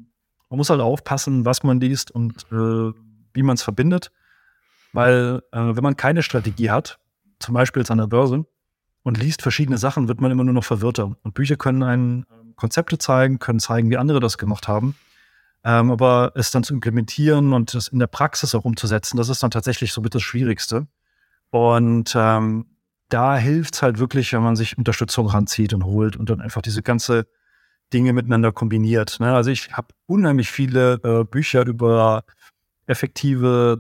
[SPEAKER 2] man muss halt aufpassen, was man liest und wie man es verbindet. Weil wenn man keine Strategie hat, zum Beispiel jetzt an der Börse, und liest verschiedene Sachen, wird man immer nur noch verwirrter. Und Bücher können einen Konzepte zeigen, können zeigen, wie andere das gemacht haben. Aber es dann zu implementieren und das in der Praxis auch umzusetzen, das ist dann tatsächlich so mit das Schwierigste. Und da hilft es halt wirklich, wenn man sich Unterstützung ranzieht und holt und dann einfach diese ganze Dinge miteinander kombiniert. Ne? Also ich habe unheimlich viele Bücher über effektives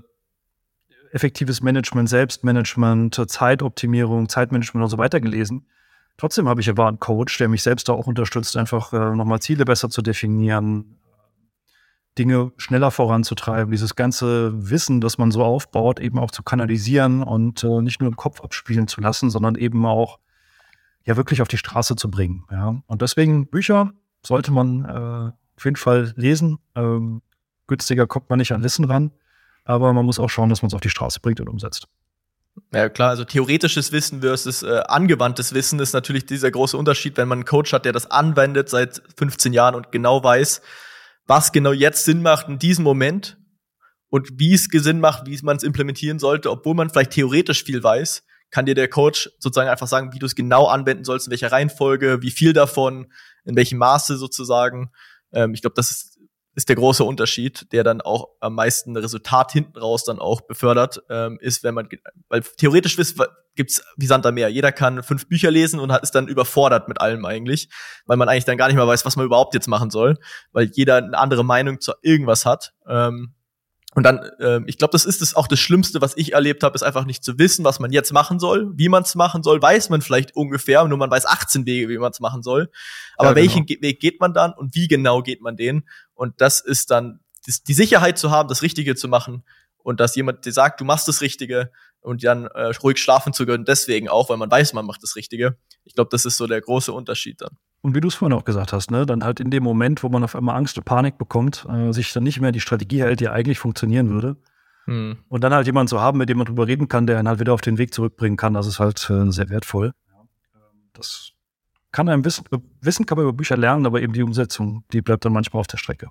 [SPEAKER 2] Management, Selbstmanagement, Zeitoptimierung, Zeitmanagement und so weiter gelesen. Trotzdem habe ich aber einen Coach, der mich selbst da auch unterstützt, einfach nochmal Ziele besser zu definieren, Dinge schneller voranzutreiben, dieses ganze Wissen, das man so aufbaut, eben auch zu kanalisieren und nicht nur im Kopf abspielen zu lassen, sondern eben auch ja wirklich auf die Straße zu bringen. Ja? Und deswegen Bücher sollte man auf jeden Fall lesen. Günstiger kommt man nicht an Wissen ran, aber man muss auch schauen, dass man es auf die Straße bringt und umsetzt.
[SPEAKER 1] Ja, klar, also theoretisches Wissen versus angewandtes Wissen ist natürlich dieser große Unterschied, wenn man einen Coach hat, der das anwendet seit 15 Jahren und genau weiß, was genau jetzt Sinn macht in diesem Moment und wie es Sinn macht, wie man es implementieren sollte, obwohl man vielleicht theoretisch viel weiß, kann dir der Coach sozusagen einfach sagen, wie du es genau anwenden sollst, in welcher Reihenfolge, wie viel davon, in welchem Maße sozusagen. Ich glaube, das ist der große Unterschied, der dann auch am meisten Resultat hinten raus dann auch befördert, ist, wenn man, weil theoretisch gibt's wie Sand am Meer. Jeder kann 5 Bücher lesen und ist dann überfordert mit allem eigentlich, weil man eigentlich dann gar nicht mehr weiß, was man überhaupt jetzt machen soll, weil jeder eine andere Meinung zu irgendwas hat. Und dann, ich glaube, das ist auch das Schlimmste, was ich erlebt habe, ist einfach nicht zu wissen, was man jetzt machen soll, wie man es machen soll, weiß man vielleicht ungefähr, nur man weiß 18 Wege, wie man es machen soll. Aber ja, welchen Weg geht man dann und wie genau geht man den? Und das ist dann die Sicherheit zu haben, das Richtige zu machen und dass jemand dir sagt, du machst das Richtige und dann ruhig schlafen zu können, deswegen auch, weil man weiß, man macht das Richtige. Ich glaube, das ist so der große Unterschied dann.
[SPEAKER 2] Und wie du es vorhin auch gesagt hast, ne, dann halt in dem Moment, wo man auf einmal Angst und Panik bekommt, sich dann nicht mehr die Strategie hält, die eigentlich funktionieren würde. Und dann halt jemanden zu haben, mit dem man drüber reden kann, der ihn halt wieder auf den Weg zurückbringen kann, das ist halt sehr wertvoll. Das kann einem Wissen kann man über Bücher lernen, aber eben die Umsetzung, die bleibt dann manchmal auf der Strecke.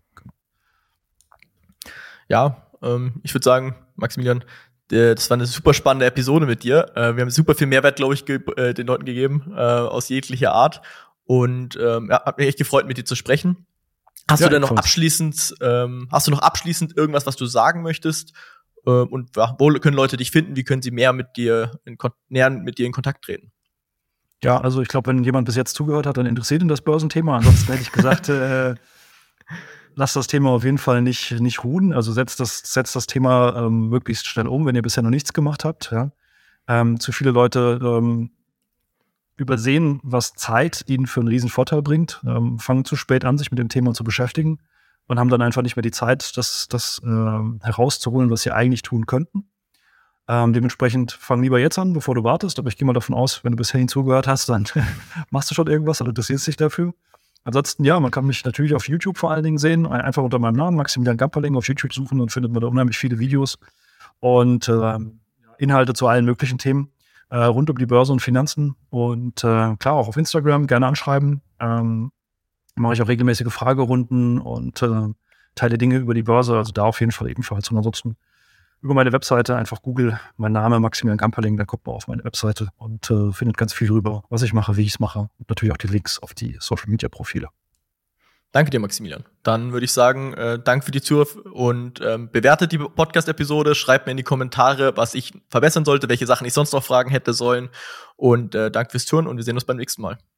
[SPEAKER 1] Ja, ich würde sagen, Maximilian, das war eine super spannende Episode mit dir. Wir haben super viel Mehrwert, glaube ich, den Leuten gegeben, aus jeglicher Art. Und hat mich echt gefreut, mit dir zu sprechen. Hast du denn noch abschließend irgendwas, was du sagen möchtest? Und wo können Leute dich finden? Wie können sie mehr mit dir näher mit dir in Kontakt treten?
[SPEAKER 2] Ja, also ich glaube, wenn jemand bis jetzt zugehört hat, dann interessiert ihn das Börsenthema. Ansonsten hätte ich gesagt, lass das Thema auf jeden Fall nicht ruhen. Also setzt das Thema möglichst schnell um, wenn ihr bisher noch nichts gemacht habt. Ja. Zu viele Leute übersehen, was Zeit ihnen für einen riesen Vorteil bringt, fangen zu spät an, sich mit dem Thema zu beschäftigen und haben dann einfach nicht mehr die Zeit, das herauszuholen, was sie eigentlich tun könnten. Dementsprechend fang lieber jetzt an, bevor du wartest. Aber ich gehe mal davon aus, wenn du bisher hinzugehört hast, dann machst du schon irgendwas oder interessierst dich dafür. Ansonsten, ja, man kann mich natürlich auf YouTube vor allen Dingen sehen. Einfach unter meinem Namen, Maximilian Gamperling, auf YouTube suchen und findet man da unheimlich viele Videos und Inhalte zu allen möglichen Themen rund um die Börse und Finanzen. Und klar, auch auf Instagram gerne anschreiben. Mache ich auch regelmäßige Fragerunden und teile Dinge über die Börse. Also da auf jeden Fall ebenfalls. Und ansonsten über meine Webseite einfach Google, mein Name Maximilian Gamperling, da kommt man auf meine Webseite und findet ganz viel drüber, was ich mache, wie ich es mache und natürlich auch die Links auf die Social-Media-Profile.
[SPEAKER 1] Danke dir, Maximilian. Dann würde ich sagen, danke für die Zuhörer und bewertet die Podcast-Episode, schreibt mir in die Kommentare, was ich verbessern sollte, welche Sachen ich sonst noch fragen hätte sollen und danke fürs Zuhören und wir sehen uns beim nächsten Mal.